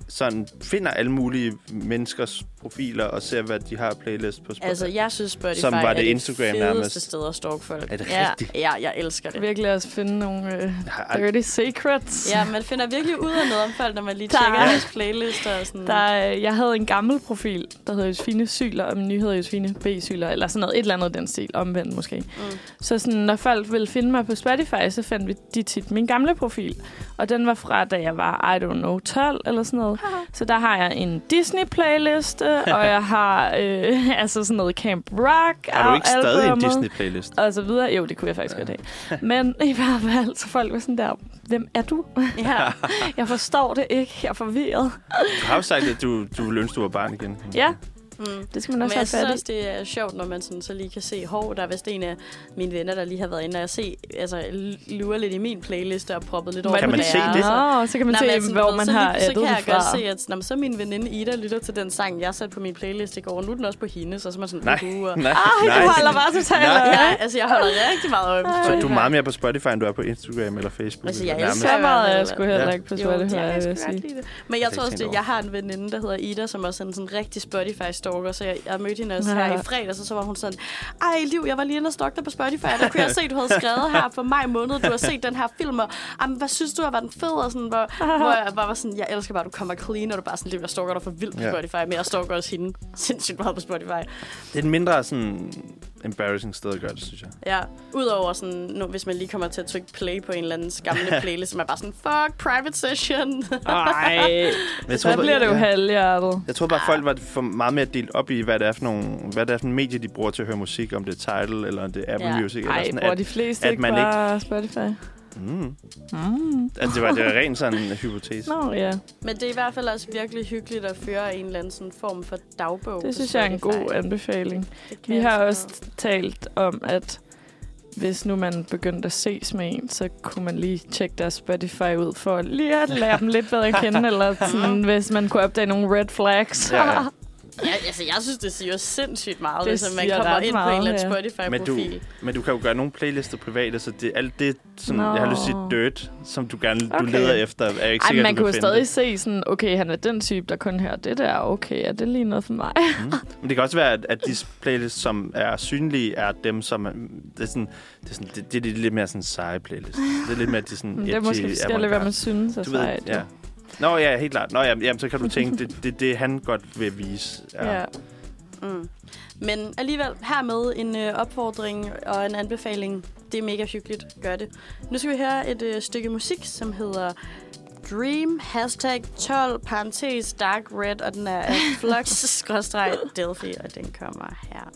sådan finder alle mulige menneskers profiler og ser, hvad de har playlist på Spotify. Altså, jeg synes, Spotify Som var det er det Instagram fedeste nærmest. sted at stalke folk. Er det ja, rigtigt? Ja, jeg elsker det. Virkelig også finde nogle øh, ald- dirty secrets. Ja, man finder virkelig ud af noget om folk, når man lige Der tjekker er- deres playlister og sådan. Der, øh, jeg havde en gammel profil, der hedder Josefine Syler, og min nye hedder Josefine B. Syler, eller sådan noget, et eller andet den stil, omvendt måske. Mm. Så sådan, når folk ville finde mig på Spotify, så fandt vi de tit min gamle profil. Og den var fra, da jeg var, I don't know, tolv eller sådan noget. Så der har jeg en Disney-playliste, og jeg har øh, altså sådan noget Camp Rock. Har du ikke stadig en albumet, Disney-playlist? og så videre. Jo, det kunne jeg faktisk Ja. godt have. Men i hvert fald, så folk var sådan der, hvem er du? Ja. Jeg forstår det ikke. Jeg er forvirret. Du har jo sagt, at du, du ville ønske, du var barn igen. Ja, Mm. det skal man Men også jeg have synes fat i. også, det er sjovt, når man sådan, så lige kan se, hov, der er vist en af mine venner, der lige har været inde og se, altså lurer lidt i min playliste og proppet lidt over. Kan man hvad se er. det? Nå, så kan man Nå, se, men altså, hvor du ved, man så har lige, så addet kan det jeg fra. godt se, at når så min veninde Ida lytter til den sang, jeg satte på min playlist i går, og nu er den også på hende, så er man sådan, Nej, uhu, og... nej, Ej, nej. du holder bare totalt. Nej. Ja, altså jeg holder rigtig meget øje på Så Spotify. du er meget mere på Spotify, end du er på Instagram eller Facebook? Altså, jeg eller elsker Så meget er jeg Ja. sgu heller Ja. ikke på Jo, Spotify, det kan jeg jeg vil sgu godt sige. lide det. Men jeg Det tror er også, ikke det, tænkt jeg har en veninde, der hedder Ida, som også er en sådan rigtig Spotify-stalker, så jeg, jeg mødte hende også her i fredags, og så var hun sådan, ej Liv, jeg var lige inde og stalkede dig på Spotify, og der kunne jeg se, at du havde skrevet her for maj måned, du har set den her film, og hvad synes du, var den fed? Og sådan, hvor, hvor jeg bare var sådan, jeg elsker bare, at du kommer clean, og du bare sådan, Liv, jeg stalker dig for vildt på Ja. Spotify, men jeg stalker også hende sindssygt meget på Spotify. Det er en mindre sådan embarrassing sted at gøre det, synes jeg. Ja, udover sådan, nu, hvis man lige kommer til at trykke play på en eller anden gamle playlist, som er bare sådan, fuck, private session. Ej, Men jeg så bare- bliver det jo ja. halvhjertet. Jeg tror bare, folk var for meget mere delt op i, hvad det er for nogle, hvad det er for nogle medier, de bruger til at høre musik, om det er Tidal, eller om det er Apple Ja. Music. Eller Ej, sådan, bruger at, de fleste at ikke man bare Spotify? mm, Mm. at det var, det var rent sådan en hypotese. Nå, ja. Men det er i hvert fald også virkelig hyggeligt at føre en eller anden sådan form for dagbog. Det på synes jeg er en Spotify. god anbefaling. Det kan Vi jeg har sådan også talt om, at hvis nu man begyndte at ses med en, så kunne man lige tjekke deres Spotify ud for lige at lære dem lidt bedre at kende, eller sådan, hvis man kunne opdage nogle red flags. Ja, ja. Ja, altså, jeg synes, det siger sindssygt meget, Det hvis man siger kommer ret ind på en eller anden meget, ja. Spotify-profil. Men du kan jo gøre nogle playlister private, så det, alt det, som Nå. jeg har lyst til at sige dirt, som du gerne du Okay. leder efter, er jeg ikke Ej, sikker, man at du kunne kan jo finde stadig se sådan, okay, han er den type, der kun hører det der. Okay, er det lige noget for mig? det. Mm. Men det kan også være, at, at de playlists, som er synlige, er dem, som er, det er sådan, det er, sådan, det, det er lidt mere sådan seje playlist. Det er lidt mere, de er sådan Men det er måske forskelligt, hvad man synes er Du ved, sejt. ja. Nå ja, helt klart. Nå ja, jamen, så kan du tænke, det, det, det han godt vil vise. Ja. Ja. Mm. Men alligevel hermed en øh, opfordring og en anbefaling. Det er mega hyggeligt. Gør det. Nu skal vi høre et øh, stykke musik, som hedder Dream, hashtag tolv, parentes, dark red, og den er af Flux-Delphi, og den kommer her.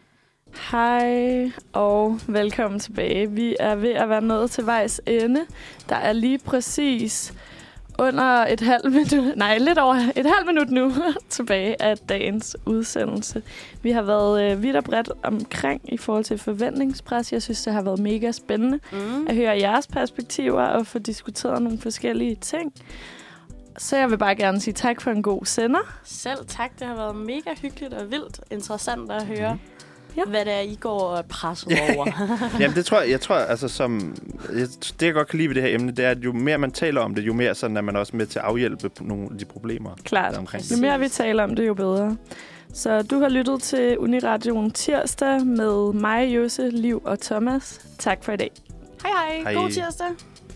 Hej og velkommen tilbage. Vi er ved at være nået til vejs ende. Der er lige præcis under et halvt minut, nej, lidt over et halvt minut nu tilbage af dagens udsendelse. Vi har været øh, vidt og bredt omkring i forhold til forventningspres. Jeg synes, det har været mega spændende Mm. at høre jeres perspektiver og få diskuteret nogle forskellige ting. Så jeg vil bare gerne sige tak for en god sender. Selv tak. Det har været mega hyggeligt og vildt interessant at høre, Ja. hvad det er, I går og presset over. Jamen det tror jeg, jeg tror, altså som, jeg, det jeg godt kan lide ved det her emne, det er, at jo mere man taler om det, jo mere sådan er man også med til at afhjælpe nogle af de problemer, Klart. der er omkring Jo det. mere vi taler om det, jo bedre. Så du har lyttet til Uniradioen tirsdag med mig, Jose, Liv og Thomas. Tak for i dag. Hej hej. Hej. God tirsdag.